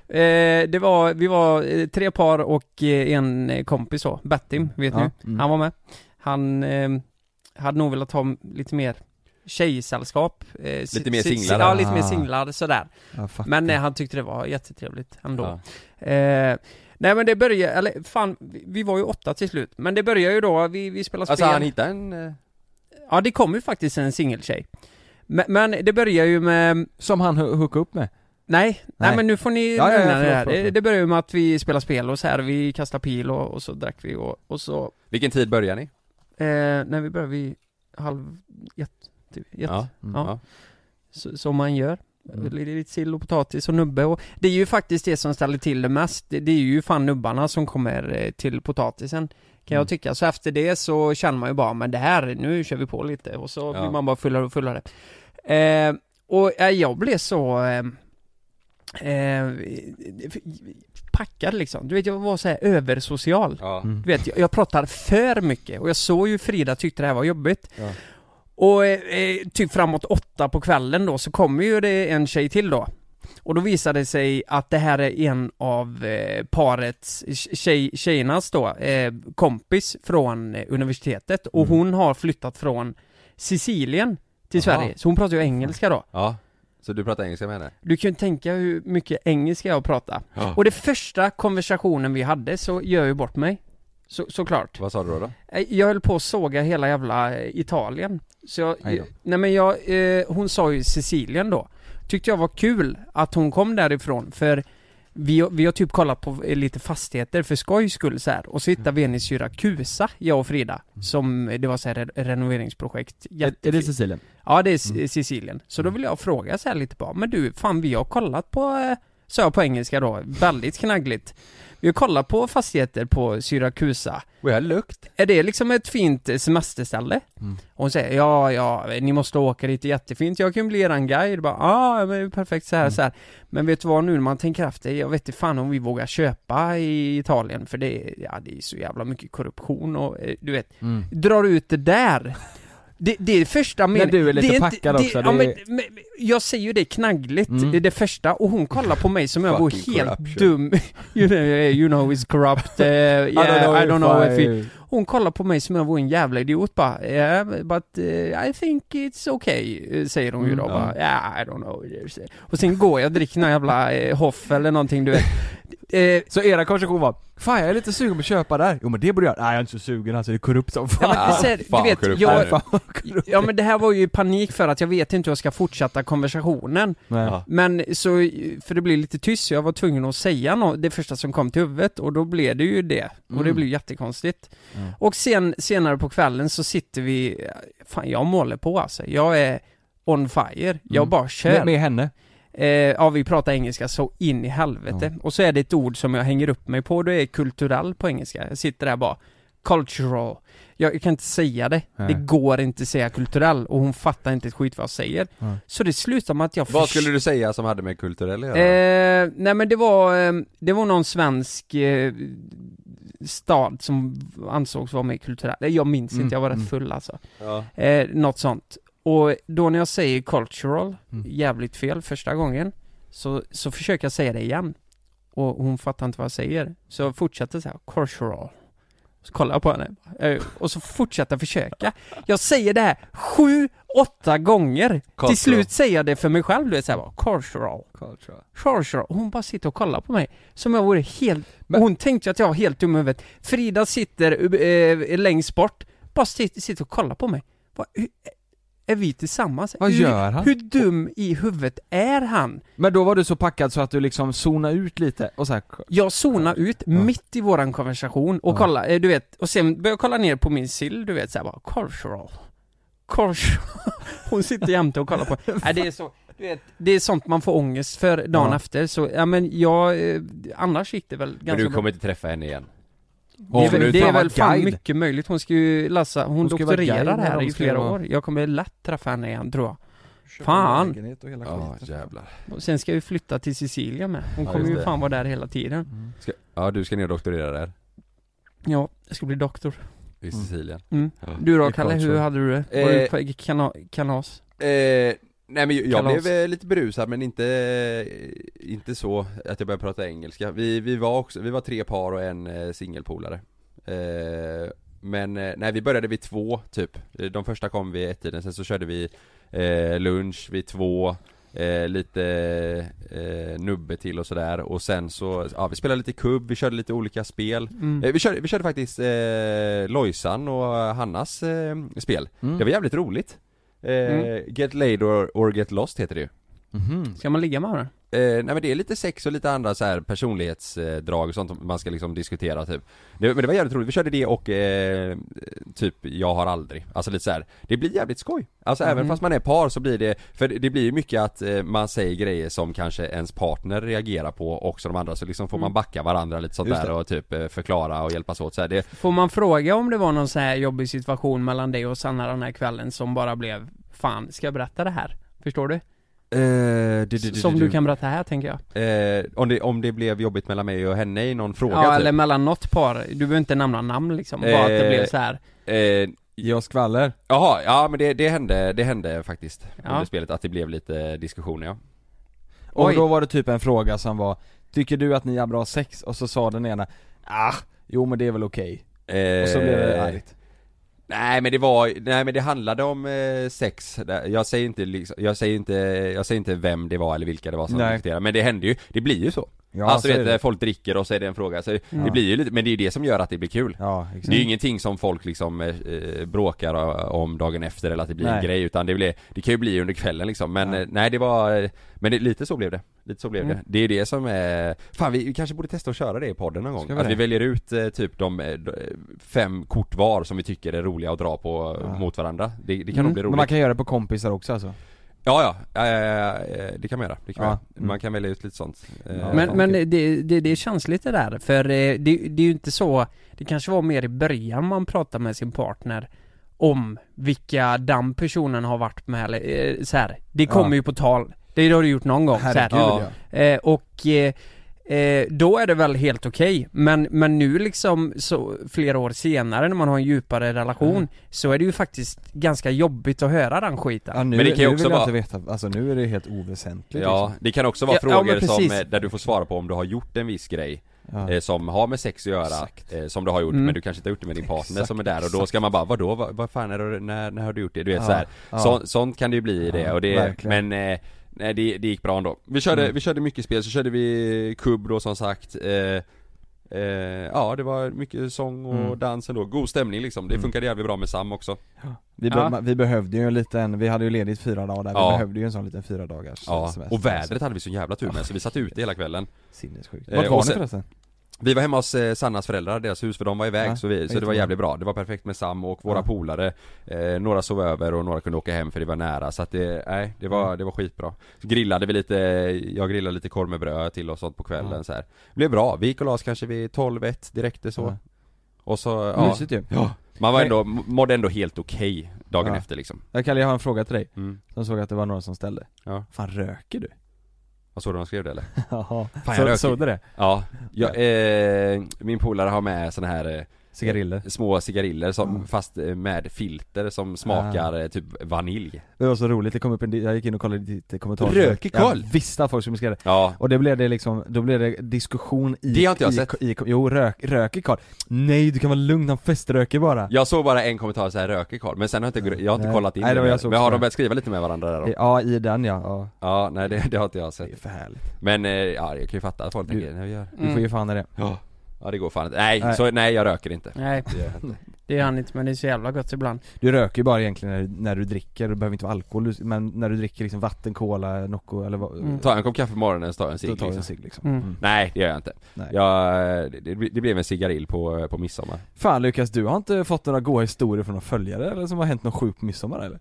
eh, det var, vi var eh, tre par och eh, en eh, kompis så, Bettim, vet Ja, ni? mm. Han var med. Han eh, hade nog velat ha lite mer tjejsällskap. Eh, Lite mer si- singlar. Ja, lite mer Ah. singlar sådär. Jag fattar. Men eh, han tyckte det var jättetrevligt ändå. Ja. Eh, nej men det började, eller fan, vi, vi var ju åtta till slut. Men det började ju då, vi, vi spelade Alltså spel. han hittade en... eh, Ja, det kom ju faktiskt en singeltjej. Men, men det börjar ju med, Som han ho- hookade upp med. Nej, nej, Nej. men nu får ni Ja, ja, ja, lugna förlåt, er här. förlåt, förlåt. Det börjar ju med att vi spelar spel och så här, vi kastar pil och, och så drack vi och, och så, Vilken tid börjar ni? eh, när vi börjar vi halv ett, typ, ett. Ja. Mm. Ja. Ja. Så, som man gör. Mm. Lite, lite sill och potatis och nubbe och det är ju faktiskt det som ställer till det mest. Det, det är ju fan nubbarna som kommer eh, till potatisen. Kan Mm. jag tycka. Så efter det så känner man ju bara, men det här, nu kör vi på lite och så Ja. blir man bara fullare och fullare. Eh, och eh, jag blev så eh, eh, packad liksom. Du vet, jag var så här översocial. Ja. Mm. Du vet, jag, jag pratar för mycket och jag såg ju Frida tyckte det här var jobbigt. Ja. Och eh, typ framåt åtta på kvällen då så kommer ju det en tjej till då. Och då visade det sig att det här är en av eh, parets, tjej, tjejernas då, eh, kompis från eh, universitetet. Och Mm. hon har flyttat från Sicilien till Jaha. Sverige. Så hon pratar ju engelska då. Ja. Så du pratar engelska med henne? Du kan ju tänka hur mycket engelska jag pratar. Ja. Och det första konversationen vi hade så gör jag ju bort mig. Så, såklart. Vad sa du då? då? Jag höll på att såga hela jävla eh, Italien. Så jag, Aj då. nej men jag, eh, hon sa ju Sicilien då. Tyckte jag var kul att hon kom därifrån för vi, har- vi har typ kollat på eh, lite fastigheter för skojs skull så här. Och så hittade vi en i Syrakusa, jag och Frida. Som, eh, det var så här re- renoveringsprojekt. Är, är det Jättekul. Sicilien? Ja, det är S- Mm. Sicilien. Så då vill jag fråga så här lite bara, men du, fan vi har kollat på, eh, sa jag på engelska då, väldigt knaggligt. Vi har kollat på fastigheter på Syrakusa. Och jag har lukt. Är det liksom ett fint eh, semesterställe? Mm. Och hon säger, ja, ja, ni måste åka dit, det är jättefint. Jag kan bli eran guide. Bara, ja, ah, men perfekt så här, Mm. så här. Men vet du vad, nu när man tänker efter, jag vet inte fan om vi vågar köpa i Italien. För det, är- ja, det är så jävla mycket korruption och eh, du vet, Mm. drar ut det där. Det, det är det första Men du är lite det packad också, Ja, det men, är- men, jag säger ju det knaggligt, Mm. det är det första. Och hon kollar på mig som jag vore Fucking helt corruption. dum. You know, you know he's corrupt. Uh, yeah, I don't know if he... Hon kollar på mig som jag vore en jävla idiot bara, yeah, but uh, I think it's okay, eh, säger hon ju Mm, då ja. bara, yeah, I don't know. Och sen går jag och dricker någon jävla eh, hoff eller någonting, du vet. Eh, Så era konversation var, fan jag är lite sugen på att köpa där. Jo men det borde jag, nej jag är inte så sugen alltså, det är korrupt som fan. Ja, men det ser- du fan, vet, korrupt. jag- Nej, Fan, vad korrupt. ja men det här var ju panik för att jag vet inte hur jag ska fortsätta konversationen. Nej. Ja. Men så, för det blev lite tyst så jag var tvungen att säga något, det första som kom till huvudet och då blev det ju det. Och det Mm. blev jättekonstigt. Mm. Och sen, senare på kvällen så sitter vi, fan jag målar på alltså. Jag är on fire, jag Mm. bara kör. Med, med henne? Eh, ja, vi pratar engelska så in i helvete. Ja. Och så är det ett ord som jag hänger upp mig på, det är kulturell på engelska. Jag sitter där bara, cultural. Jag, jag kan inte säga det. Nej. Det går inte att säga kulturell och hon fattar inte ett skit vad jag säger. Nej. Så det slutar med att jag Vad förs- skulle du säga som hade med kulturell att göra? Eh, nej men det var, eh, det var någon svensk eh, stad som ansågs vara mer kulturell. Eh, Jag minns Mm, inte, jag var rätt mm. full alltså. Ja. Eh, något sånt. Och då när jag säger cultural, Mm. jävligt fel första gången, så, så försöker jag säga det igen. Och hon fattar inte vad jag säger. Så jag fortsätter så här, cultural. Så kollar jag på henne. Eh, och så fortsätter jag försöka. Jag säger det här sju, åtta gånger. Cultural. Till slut säger jag det för mig själv, du vet såhär bara, cultural. Cultural. Cultural. Och hon bara sitter och kollar på mig. Som jag vore helt... Men- Hon tänkte att jag var helt dum i huvudet. Frida sitter eh, längst bort. Bara sitter, sitter och kollar på mig. Vad, hur, är vi tillsammans? Vad hur, gör han? Hur dum i huvudet är han? Men då var du så packad så att du liksom zonade ut lite och så här. Jag zonar ut Ja. mitt i våran konversation och Ja. kolla, eh, du vet, och sen börjar jag kolla ner på min sill, du vet såhär bara, cultural. Cultural. Hon sitter jämte och kollar på. Nej, det är så, du vet, det är sånt man får ångest för dagen Ja. efter, så, ja men jag, eh, annars gick det väl ganska Men du bra. kommer inte träffa henne igen? Det är, Åh, väl, nu det fan är vad väl fan guide. mycket möjligt, hon ska ju läsa, hon, Hon ska vara doktorerar guide när här de i ska flera vara- år. Jag kommer lätt träffa henne igen, tror jag. Fan. Ja, jävlar. Och sen ska vi flytta till Sicilien med. Hon Ja, kommer just ju det. fan vara där hela tiden. Mm. Ska, ja, du ska ner och doktorera där Ja, jag ska bli doktor. i Mm. Sicilien. Mm. Ja. Du då Det är Kalle, klart hur så. hade du det? Var Eh, du på kana- kalas? Eh, nej men jag Kalas. blev eh, lite berusad men inte, inte så att jag började prata engelska. Vi, vi var också, vi var tre par och en eh, singelpolare. Eh, men eh, nej, vi började vid två typ. Eh, De första kom vid ett-tiden, sen så körde vi eh, lunch vid två, eh, lite eh, nubbe till och sådär. Och sen så, ja vi spelade lite kubb, vi körde lite olika spel. Mm. Eh, vi, körde, vi körde faktiskt eh, Lojsan och Hannas eh, spel. Mm. Det var jävligt roligt. Eh, Mm. Get Laid or, or Get Lost heter det ju. Mhm. Ska man ligga med varandra? Eh, nej men det är lite sex och lite andra så här personlighetsdrag och sånt man ska liksom diskutera typ. Det, men det var jävligt roligt, vi körde det och eh, typ jag har aldrig. Alltså lite så här, det blir jävligt skoj. Alltså Mm. även fast man är par så blir det, för det blir ju mycket att eh, man säger grejer som kanske ens partner reagerar på också de andra, så liksom får man backa varandra lite sånt Just där det. och typ eh, förklara och hjälpas åt så här. Det, Får man fråga om det var någon så här jobbig situation mellan dig och Sanna den här kvällen som bara blev, fan, ska jag berätta det här? Förstår du? eh, du, du, du, Som du kan berätta här, tänker jag. eh, om, det, om det blev jobbigt mellan mig och henne i någon fråga Ja, typ. eller mellan något par. Du behöver inte nämna namn liksom, bara att det Eh, blev så här. eh, Ge oss skvaller. Jaha, ja men det, det hände, det hände faktiskt Ja. under spelet att det blev lite diskussioner, ja. Och Oj. då var det typ en fråga som var: tycker du att ni har bra sex? Och så sa den ena: ah, jo men det är väl okej. Eh, Och så blev det argt. Nej men det var, nej men det handlade om eh, sex. Jag säger inte liksom, jag säger inte, jag säger inte vem det var eller vilka det var som Nej. diskuterade, men det hände ju, det blir ju så. Ja, alltså så du är vet, det. folk dricker och så är det en fråga, så Ja. det blir ju lite, men det är ju det som gör att det blir kul. Ja, exakt. Det är ju ingenting som folk liksom eh, bråkar om dagen efter eller att det blir Nej. en grej, utan det, blir, det kan ju bli under kvällen liksom. Men Ja. eh, nej det var, eh, men det, lite så blev det. Lite så blev Mm. det. Det är det som är, fan vi, vi kanske borde testa att köra det i podden någon gång. Ska vi Att vi det? väljer ut eh, typ de eh, d- fem kort var som vi tycker är roliga att dra på Ja. mot varandra. Det, det kan Mm. nog bli Men roligt. man kan göra det på kompisar också alltså. Ja ja, eh, eh, det kan man göra. Det kan Ja. man, göra. Mm. man kan välja ut lite sånt. Eh, Ja, Men, fan, men kul. det, det, det känns lite där, för eh, det, det är ju inte så, det kanske var mer i början man pratar med sin partner om vilka damm personen har varit med, eller eh, så här. Det kommer Ja. ju på tal, det har du gjort någon gång så här. Herregud Ja. ja. Eh, och eh, eh, då är det väl helt okej, men, men nu liksom så, flera år senare när man har en djupare relation, Mm. så är det ju faktiskt ganska jobbigt att höra den skiten. Ja, nu, Men det kan ju nu också vill jag vara- inte veta, alltså nu är det helt oväsentligt Ja, liksom. det kan också vara Ja, ja, frågor men som, precis. eh, där du får svara på om du har gjort en viss grej. Ja. eh, Som har med sex att göra, Exakt. eh, som du har gjort, Mm. men du kanske inte har gjort det med din partner Exakt, som är där, och då exakt. ska man bara, vadå, vad, vad fan är det, när, när har du gjort det? Du vet Ja, så här. ja. Så, sånt kan det ju bli i det, Ja, och det, verkligen. men eh, nej, det, det gick bra ändå. Vi körde, Mm. vi körde mycket spel, så körde vi kubb då som sagt. eh, eh, Ja, det var mycket sång och Mm. dans ändå, god stämning liksom. Det Mm. funkade jävligt bra med Sam också. Vi, be- Ja. ma- vi behövde ju en liten, vi hade ju ledigt fyra dagar där, vi Ja. behövde ju en sån liten fyra dagars Ja, semester. och vädret hade vi så jävla tur med, så vi satt ute hela kvällen. Sinnessjukt. Eh, Vart var och ni sen- förresten? Vi var hemma hos eh, Sannas föräldrar, deras hus, för de var iväg, Ja, så, vi, så det jättebra. var jävligt bra. Det var perfekt med Sam och våra Ja. polare. eh, Några sov över och några kunde åka hem för det var nära, så att det, nej, det var, Mm. det var skitbra. Så grillade vi lite, jag grillade lite korv med bröd till och sånt på kvällen Ja. så här. Det blev bra, vi gick och la oss kanske vid tolv ett direkt det så. Ja. Och så, ja, Mysigt ju. ja. Man var Nej. ändå, mådde ändå helt okej dagen Ja. efter liksom. Jag Kalle, jag har en fråga till dig, Mm. som såg att det var några som ställde. Ja. Fan, röker du? Vad såg du de skrev det eller? Jaha, Fan, jag så, röker. såg du det? Ja, jag, eh, min polare har med såna här eh, Cigariller. små cigariller som, Ja. fast eh, med filter som smakar eh, typ vanilj. Det var så roligt, det kom upp en, jag gick in och kollade ditt kommentarer. Röker Karl? Jag visste att folk skulle skriva det. Ja, Och det blev det liksom, då blev det diskussion i... Det har inte jag i, sett. I, jo, rök, röker Karl. Nej, du kan vara lugn, han feströker bara. jag såg bara en kommentar så här, röker Karl, men sen har jag inte, jag har inte Nej. kollat in Nej, det var mer. jag såg Men har också de det. börjat skriva lite med varandra där då? Ja, i den ja, ja. Ja, nej det, det har inte jag Det sett. är för härligt. Men eh, ja, jag kan ju fatta att folk Du- tänker, nej, jag gör. Du får ju fan i det. Ja. Ja, det går fan inte. Nej, Nej. så nej jag röker inte. Nej, Det gör jag inte. det är han inte, men det är så jävla gott ibland. Du röker ju bara egentligen när, du- när du dricker, det behöver inte vara alkohol, du- men när du dricker liksom vatten, cola, Nocco eller vad, Mm. Ta en kopp kaffe på morgonen och ta en cigg då tar du en liksom. cigg liksom. Mm. Mm. Nej, det gör jag inte. Nej. Jag, det, det det blev en cigarill på, på midsommar. Fan Lukas, du har inte fått några goda historier från några följare eller som har hänt något sjukt på midsommar eller?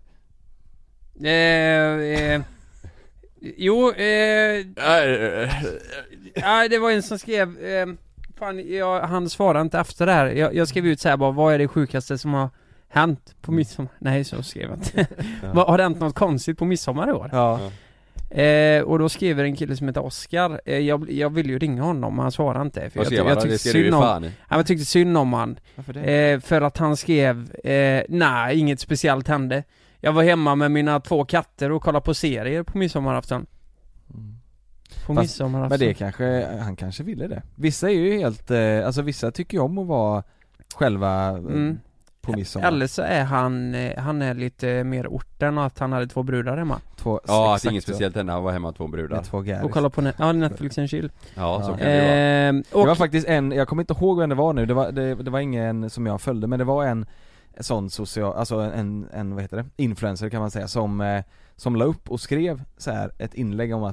Eh, eh, jo, eh, ja, det var en som skrev, eh, fan, jag, han svarade inte efter det här. Jag, jag skrev ut så här bara, vad är det sjukaste som har hänt på midsommar? Nej, så skrev jag inte. Vad- Har det hänt något konstigt på midsommar i år? Ja. Eh, och då skriver en kille som heter Oskar, eh, jag, jag ville ju ringa honom men han svarade inte. För Vad jag, skrev jag, han jag då? Det tyckte ser du ju synd om, fan i. ja, jag tyckte synd om han. Varför det? Eh, för att han skrev, eh, nej, inget speciellt hände. Jag var hemma med mina två katter och kollade på serier på midsommarafton. Mm. På Fast- midsommarafton. Men det kanske, han kanske ville det. Vissa är ju helt, eh, alltså vissa tycker ju om att vara själva eh, Mm. på midsommar. Eller så är han, eh, han är lite mer orten och att han hade två brudar hemma. Två, Ja, att exakt inget så. speciellt hände, han var hemma med två brudar. Med två gäris. Och kolla på net- ja, Netflix and chill. Ja, så Ja. kan det ju vara. Eh, Det och var faktiskt en, jag kommer inte ihåg vem det var nu, det var, det, det var ingen som jag följde, men det var en sån social, alltså en, en vad heter det, influencer kan man säga, som, eh, som la upp och skrev så här ett inlägg om att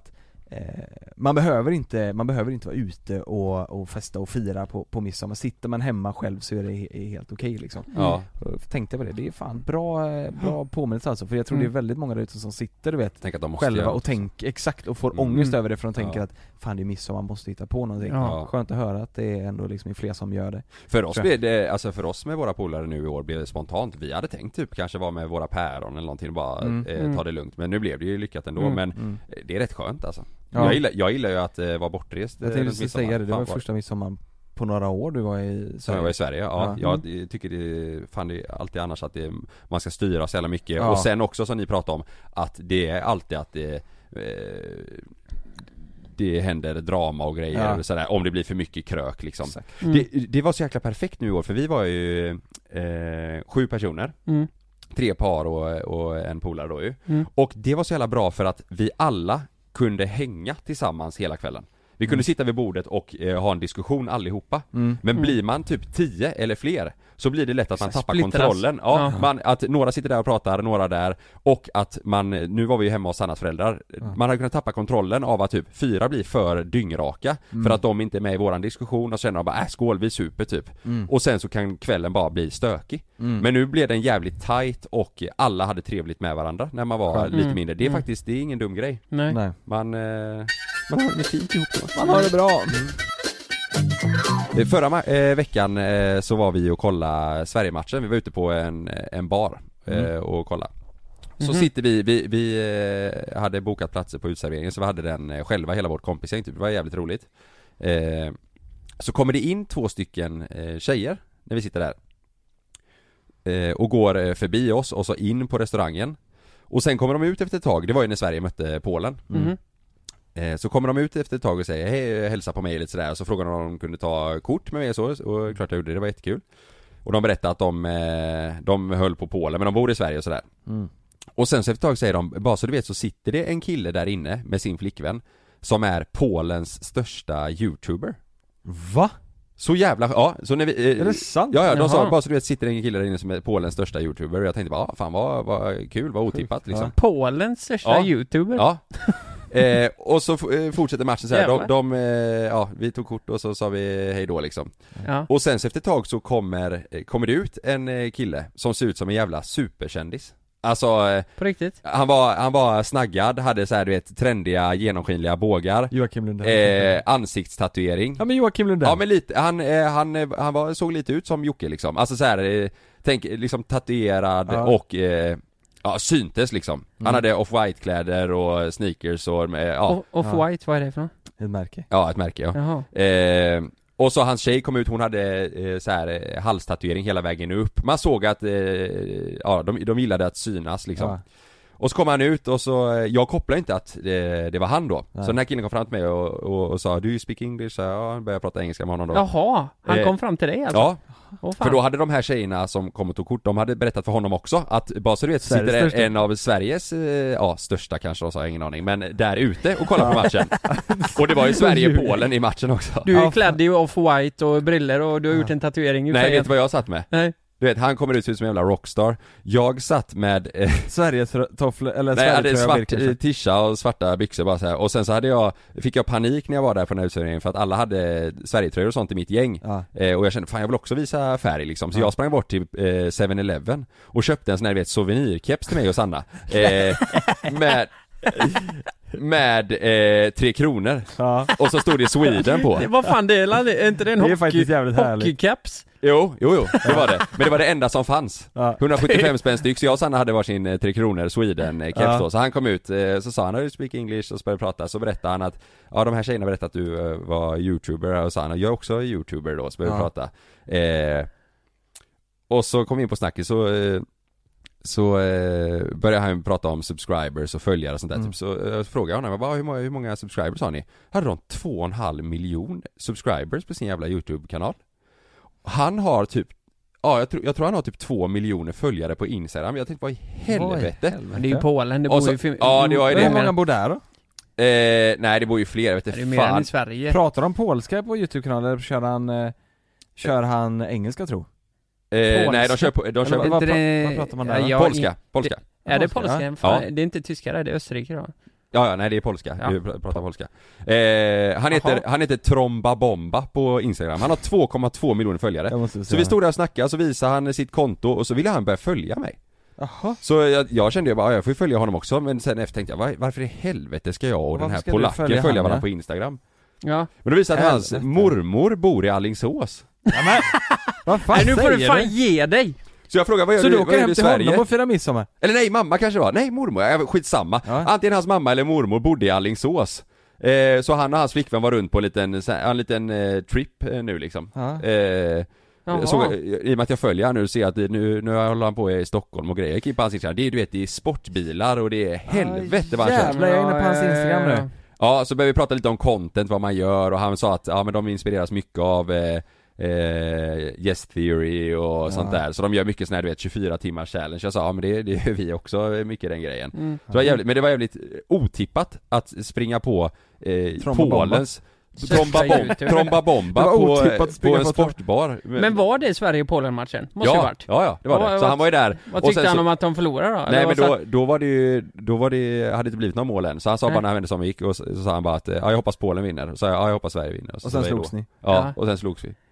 eh, man behöver inte man behöver inte vara ute och, och festa och fira på, på midsommar. Sitter man hemma själv så är det he- helt okej liksom. Ja. Och tänkte på det, det är fan bra, eh, bra påminnelse alltså, för jag tror Mm. det är väldigt många där ute som sitter, du vet, Tänk att de måste själva göra och också. tänker exakt och får Mm. ångest över det, för de tänker Ja. att fan det är midsommar, man måste hitta på någonting. Ja. Skönt att höra att det är ändå liksom fler som gör det. För oss Tror blev det, alltså för oss med våra polare nu i år blev det spontant. Vi hade tänkt typ kanske vara med våra päron eller någonting och bara Mm. eh, Mm. ta det lugnt. Men nu blev det ju lyckat ändå, Mm. men Mm. det är rätt skönt alltså. Ja. Jag, gillar, jag gillar ju att eh, vara bortrest. Jag eh, tänkte runt just säga midsommar. det, det Fan, var vad- första midsommar på några år du var i Som jag var i Sverige, ja. Ja. Jag tycker det, fan det är alltid annars att det, man ska styra så jävla mycket. Ja. Och sen också som ni pratade om, att det är alltid att det eh, det händer drama och grejer Ja. och sådär, om det blir för mycket krök liksom. Exakt. Mm. Det, det var så jäkla perfekt nu i år, för vi var ju eh, sju personer. Mm. Tre par och, och en polare då ju. Mm. Och det var så jävla bra för att vi alla kunde hänga tillsammans hela kvällen. Vi kunde Mm. sitta vid bordet och eh, ha en diskussion allihopa. Mm. Men Mm. blir man typ tio eller fler så blir det lätt att man Exakt, tappar splittras. kontrollen. Ja, Ja. Man, att några sitter där och pratar, några där. Och att man, nu var vi ju hemma hos Sannas föräldrar. Ja. Man hade kunnat tappa kontrollen av att typ fyra blir för dyngraka. Mm. För att de inte är med i våran diskussion och så känner de bara äh, skål, vi super typ. Mm. Och sen så kan kvällen bara bli stökig. Mm. Men nu blev den jävligt tight och alla hade trevligt med varandra när man var Skönt. lite Mm. mindre. Det är Mm. faktiskt, det är ingen dum grej. Nej. Nej. Man, eh, man har det fint ihop då. Man har det bra. Eh, Förra ma- eh, veckan eh, så var vi och kolla Sverige-matchen. Vi var ute på en, en bar eh, Mm. och kolla. Så Mhm. sitter vi, vi, vi eh, hade bokat platser på utserveringen, så vi hade den eh, själva, hela vårt kompisgäng typ. Det var jävligt roligt. Eh, så kommer det in två stycken eh, tjejer när vi sitter där. Eh, och går eh, förbi oss och så in på restaurangen. Och sen kommer de ut efter ett tag, det var ju när Sverige mötte Polen. Mhm. Eh, Så kommer de ut efter ett tag och säger hej, hälsa på mig lite sådär. Så frågar de om de kunde ta kort med mig och så. Och klart jag gjorde det, det var jättekul. Och de berättade att de, eh, de höll på Polen, men de bor i Sverige och sådär. Mm. Och sen så efter ett tag säger de, bara så du vet så sitter det en kille där inne med sin flickvän som är Polens största YouTuber. Va? Så jävla, ja, så när vi... eh, Är det sant? Ja, ja, de sa Jaha. bara så du vet sitter en kille där inne som är Polens största YouTuber. Och jag tänkte bara, ah, fan vad, vad kul, vad otippat liksom. Polens största Ja. YouTuber. Ja. Eh, och så f- eh, fortsätter matchen så här. De, Jävlar. de eh, ja, vi tog kort och så sa vi hej då liksom. Ja. Och sen så efter ett tag så kommer, eh, kommer det ut en eh, kille som ser ut som en jävla superkändis. Alltså, eh, På riktigt? han var, han var snaggad, hade så här, du vet, trendiga, genomskinliga bågar. Joakim Lundell. Eh, ansiktstatuering. Ja men Joakim Lundell. Ja men lite, han, eh, han, eh, han var, såg lite ut som Jocke liksom. Alltså så här, eh, tänk liksom tatuerad Ja. och eh, ja, syntes liksom. Han Mm. hade off-white kläder och sneakers och eh, ja, O- Off-white, vad är det för något? Ett märke. ja ett märke ja. Jaha. Eh, och så hans tjej kom ut, hon hade eh, så här eh, halstatuering hela vägen upp. Man såg att, eh, ja de, de gillade att synas liksom. Ja. Och så kom han ut och så, eh, jag kopplade inte att det, det var han då. Nej. Så den här killen kom fram till mig och, och, och sa, do you speak English? Så jag började prata engelska med honom då. Jaha, han Eh, kom fram till dig alltså? Ja, Åh, fan. för då hade de här tjejerna som kom och tog kort, de hade berättat för honom också att bara så du vet så Sveriges sitter största. en av Sveriges, eh, ja största kanske de sa, jag har ingen aning, men där ute och kollar på matchen. Och det var ju Sverige-Polen i matchen också. Du är Ja, klädd i off-white och briller och du har Ja. gjort en tatuering i Nej, färgen. vet du vad jag satt med? Nej. Du vet, han kommer ut som en jävla rockstar. Jag satt med, eh, Sveriges tofflor, eller nej jag hade Sverigetröja, svart virkelse. eh, tisha och svarta byxor bara så här. Och sen så hade jag, fick jag panik när jag var där på den här utställningen för att alla hade Sverigetröjor och sånt i mitt gäng. Ja. Eh, och jag kände, fan jag vill också visa färg liksom. Så Ja. jag sprang bort till eh, seven eleven och köpte en sån här, vet, souvenirkeps till mig och Sanna. Eh, med, med eh, tre kronor. Ja. Och så stod det Sweden på. Det, vad fan det är, är inte det en Det är hockey, faktiskt jävligt härligt. hockeycaps? Jo, jo, jo, det var det. Men det var det enda som fanns. Ja. hundrasjuttiofem spänn styck, så jag och Sanna hade varsin eh, tre kronor Sweden eh, keps Ja. då. Så han kom ut, eh, så sa han, "Do you speak English?" och så började prata. Så berättade han att, ja de här tjejerna berättade att du eh, var YouTuber. Och sa han, jag är också YouTuber då, så började vi Ja. prata. Eh, och så kom vi in på snacket så eh, så eh, började han prata om subscribers och följare och sånt där. Mm. Typ, så eh, frågade jag honom, bara, hur, många, hur många subscribers har ni? Hade de två och en halv miljon subscribers på sin jävla YouTube-kanal? Han har typ, ja jag tror, jag tror han har typ två miljoner följare på Instagram. Jag tänkte, vad i helvete? Men det är ju Polen, det Och bor så- ju... För, ja, det var ju Men det. hur många bor där då? Eh, nej det bor ju fler, jag vet Det är inte mer än fan. i Sverige. Pratar de polska på YouTube-kanalen eller kör han, eh, kör han engelska tro? Eh, nej de kör på, de Eller kör vad, på vad, Inte pra- det- vad pratar man ja, där? jag- polska, polska. Är det Polska, polska? ja. Fan, Ja. det är inte tyskare, det är Österrike då. Ja, ja, nej det är polska, Ja. vi pr- pratar polska. eh, han, heter, han heter Tromba Bomba på Instagram. Han har två komma två miljoner följare. Jag måste Så säga. vi stod där och snackade, så visade han sitt konto och så ville han börja följa mig. Jaha. Så jag, jag kände ju bara, ja, jag får ju följa honom också. Men sen efter tänkte jag, var, varför i helvete ska jag och Varför den här ska du polacken följa följa, han, varandra ja? på Instagram? Ja. Men då visade att hans Helvete. mormor bor i Alingsås. Vad fan Nej, nu får du säger fan ge dig! Så jag frågade, vad gör Så du, du vad åker gör du hem i till Sverige? honom och firar midsommar? Eller nej, mamma kanske det var. Nej, mormor. Jag, skitsamma. Ja. Antingen hans mamma eller mormor bodde i Alingsås. Eh, så han och hans flickvän var runt på en liten, så här, en liten eh, trip eh, nu liksom. Ja. Eh, Jaha. så, I och med att jag följer han nu och ser att det, nu, nu håller han på i Stockholm och grejer. Jag gick in på hans Instagram. Det är, du vet, det är sportbilar och det är helvete vad han kör. jävlar, jag är inne på hans Instagram nu. Ja, så började vi prata lite om content, vad man gör och han sa att ja men de inspireras mycket av eh, eh, Yes Theory och Ja. sånt där. Så de gör mycket sån här, du vet, tjugofyra timmars challenge. Jag sa ja men det, det gör vi också mycket den grejen. Mm. Så det var jävligt, men det var jävligt otippat att springa på eh, Tromba Polens Tromba, Största bom, YouTube. tromba bomba Det var på, otippat att springa på en på- sportbar. Men var det Sverige-Polen-matchen? Måste ja, ju varit. ja, ja, det var Ja, det. Så vad- han var ju där. Vad Och tyckte sen han så- om att de förlorade då? Eller Nej vad men sa- då, då var det ju, då var det, hade det inte blivit några mål än. Så han sa Nej. bara när han vände sig om och gick och så, så sa han bara att ja, jag hoppas Polen vinner. Och så sa jag, ja jag hoppas Sverige vinner. så Och sen sa jag slogs då. ni. Ja, Ja. och sen slogs vi.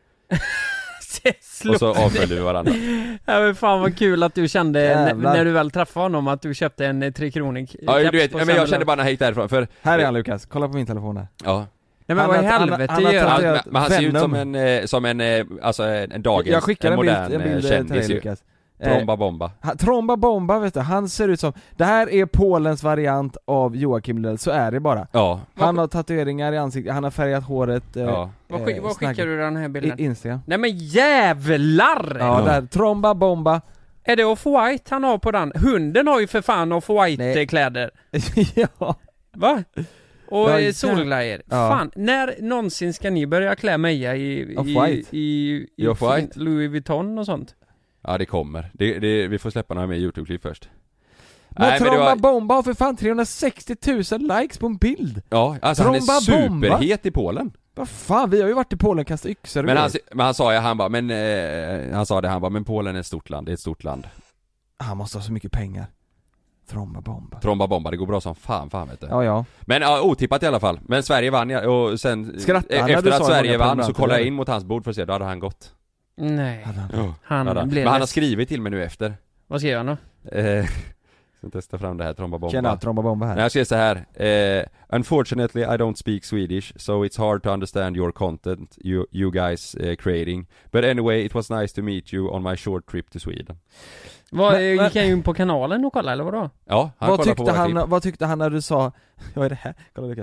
Slå- Och så avföljde vi varandra. Ja men fan vad kul att du kände, n- Jävlar. när du väl träffade honom, att du köpte en eh, Tre Kronor Ja du vet, på men jag Sam kände eller- bara när jag gick därifrån för, Här är han Lukas, kolla på min telefon här. ja. Nej men Han vad i har- han- helvete han har gör Han, han? tatuerat men, men han ser ut Venom. som en, eh, som en, eh, alltså en, en dagens, Jag skickar en, bild, modern en bild eh, till dig kändis ju. Lukas. Eh, Tromba bomba. han- Tromba bomba vet du, han ser ut som, det här är Polens variant av Joakim Lundell, så är det bara. Ja, Han har tatueringar i ansiktet, han har färgat håret. Eh, ja. Vad, skick, vad skickar du den här I bilden? Instagram. Nej men jävlar! Ja, där, Tromba bomba. Är det off-white han har på den? Hunden har ju för fan off-white Nej. eh, kläder. Ja. Va? Och Ja, eh, jä- solglajjor. Ja. Fan, när någonsin ska ni börja klä Meja i, i, Off-white. i, i, I off-white? Louis Vuitton och sånt? Ja det kommer. Det, det, vi får släppa några mer YouTube-klipp först. Men Nej, men det Tromba var- bomba har för fan trehundrasextio tusen likes på en bild. Ja, alltså han är Tromba bomba? superhet i Polen. Vad fan, vi har ju varit i Polen och kastat yxor och Men han, grejer. men han sa ju, han bara, men eh, han sa det, han bara, men Polen är ett stort land, det är ett stort land. Han måste ha så mycket pengar. Tromba bomba. Tromba bomba, det går bra som fan, fan vet du. Ja, ja. Men ja, otippat i alla fall. Men Sverige vann ja, och sen Skrattade han eh, när du efter sa att hur Sverige många vann så prenumeranter kollade det jag är? in mot hans bord för att se, då hade han gått. Nej. Hade han. Ja, Han hade han. blev Men han har näst- skrivit till mig nu efter. Vad skrev han då? Eh, ska testa fram det här, tromba bomba. Tjena, tromba bomba här. Nej, jag skrev så här. Eh, Unfortunately I don't speak Swedish, so it's hard to understand your content you, you guys eh, creating. But anyway, it was nice to meet you on my short trip to Sweden. Vad, Men- eh, men- gick han in på kanalen och kollade eller vadå? Ja, han Vad kollar på tyckte, våra han, klipp. vad tyckte han när du sa, vad är det här? Kolla Lukas.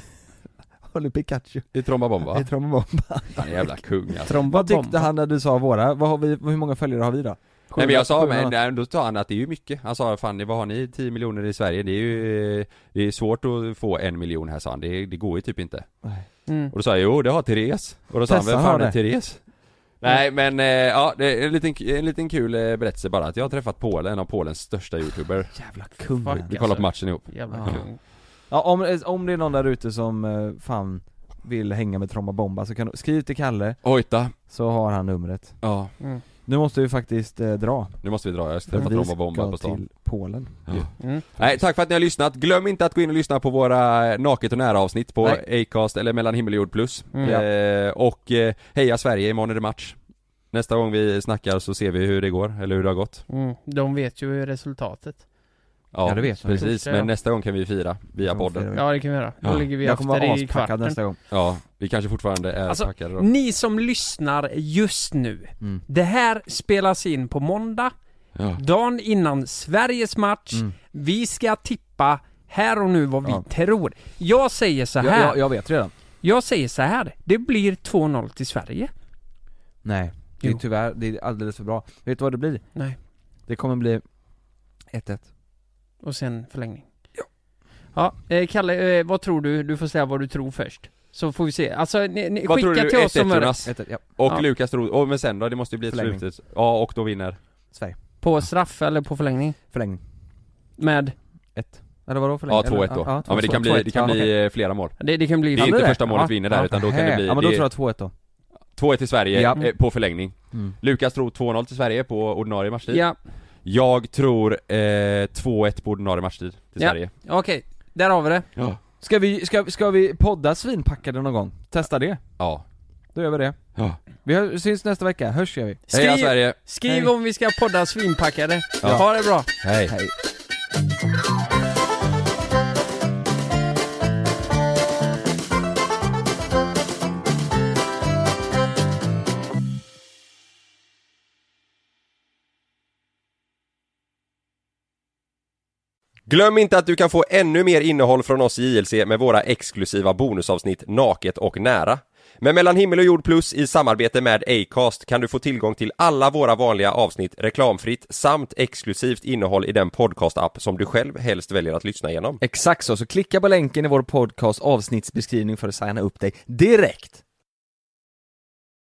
Håller Pikachu. Det är tromba bomba. Det är tromba bomba. Han är en jävla kung alltså. Tromba Vad tyckte bomba. han när du sa våra? Vad har vi, hur många följare har vi då? Nej men jag sa, Sjuhundra- men nej, då sa han att det är ju mycket. Han sa, fan vad har ni, tio miljoner i Sverige? Det är ju, det är svårt att få en miljon här, sa han. Det, det går ju typ inte. Mm. Och då sa jag, jo det har Therese. Och då sa han, Tessan vem har fan är det. Therese? Nej men, eh, ja det är en liten, en liten kul eh, berättelse bara, att jag har träffat Polen, en av Polens största youtuber. Jävla kung. Fuck. Vi kollar på matchen ihop. Jävla Ja. kung. Ja, om, om det är någon där ute som eh, fan vill hänga med Tromba bomba så kan du skriv till Kalle, Ojta. så har han numret. Ja, Mm. Nu måste vi faktiskt eh, dra. nu måste vi dra, jag ska För träffa vi Tromba Bomba ska på stan. till Polen. Ja. Mm. Nej, tack för att ni har lyssnat. Glöm inte att gå in och lyssna på våra Naket och nära avsnitt på Nej. Acast eller Mellan himmel och jord plus. Mm. Eh, och eh, heja Sverige, imorgon är det match. Nästa gång vi snackar så ser vi hur det går, eller hur det har gått. Mm. De vet ju resultatet. Ja, Ja, det vet jag. precis. Ja. Men nästa gång kan vi fira via Ja, podden. fira. Ja det kan vi göra. Då Ja. ligger vi Jag kommer efter vara i aspackad kvarten. nästa gång. Ja, vi kanske fortfarande är Alltså, packade då. Ni som lyssnar just nu. Mm. Det här spelas in på måndag. Ja. Dagen innan Sveriges match. Mm. Vi ska tippa här och nu vad vi Ja. tror. Jag säger så Jag, här. jag, jag vet redan. Jag säger så här. Det blir två noll till Sverige. Nej, det är Jo. tyvärr, det är alldeles för bra. Vet du vad det blir? Nej. Det kommer bli ett ett. Och sen förlängning. Ja. Ja, eh, Kalle, eh, vad tror du? Du får säga vad du tror först. Så får vi se. Alltså, ni, ni, Vad tror skicka du? till oss ett ett som är Jonas? ett ett, ja. Och Ja. Lukas tror, och men sen då? Det måste ju bli ett Förlängning. slutet. Ja, och då vinner. Sverige. på straff eller på förlängning. Förlängning. Med, Ett. Eller vadå förlängning? Ja, två ett då. Eller- Ja, två- men det två- kan två bli, ett. det kan Ja, bli okej. eh, flera mål. det, det kan bli... Det är Kan inte det det? första målet Ja. vinner där, Ja. utan då kan det Nähä. bli Ja men då det, tror jag två ett då. två ett till Sverige Ja. eh, på förlängning. Mm. Lukas tror två noll till Sverige på ordinarie matchtid. Ja, Jag tror eh, två ett på ordinarie matchtid till Ja. Sverige. okej. Där har vi det. Ja. Ska vi, ska, ska vi podda svinpackade någon gång? Testa det. Ja. Då gör vi det. Ja. Vi hör, syns nästa vecka, hörs gör vi. Heja Sverige. Skriv Hej. om vi ska podda svinpackade. Ja. Ha det bra. Hej. Hej. Glöm inte att du kan få ännu mer innehåll från oss i J L C med våra exklusiva bonusavsnitt Naket och nära. Men Mellan himmel och jord plus i samarbete med Acast kan du få tillgång till alla våra vanliga avsnitt reklamfritt samt exklusivt innehåll i den podcast-app som du själv helst väljer att lyssna igenom. Exakt så, så klicka på länken i vår podcast avsnittsbeskrivning för att signa upp dig direkt.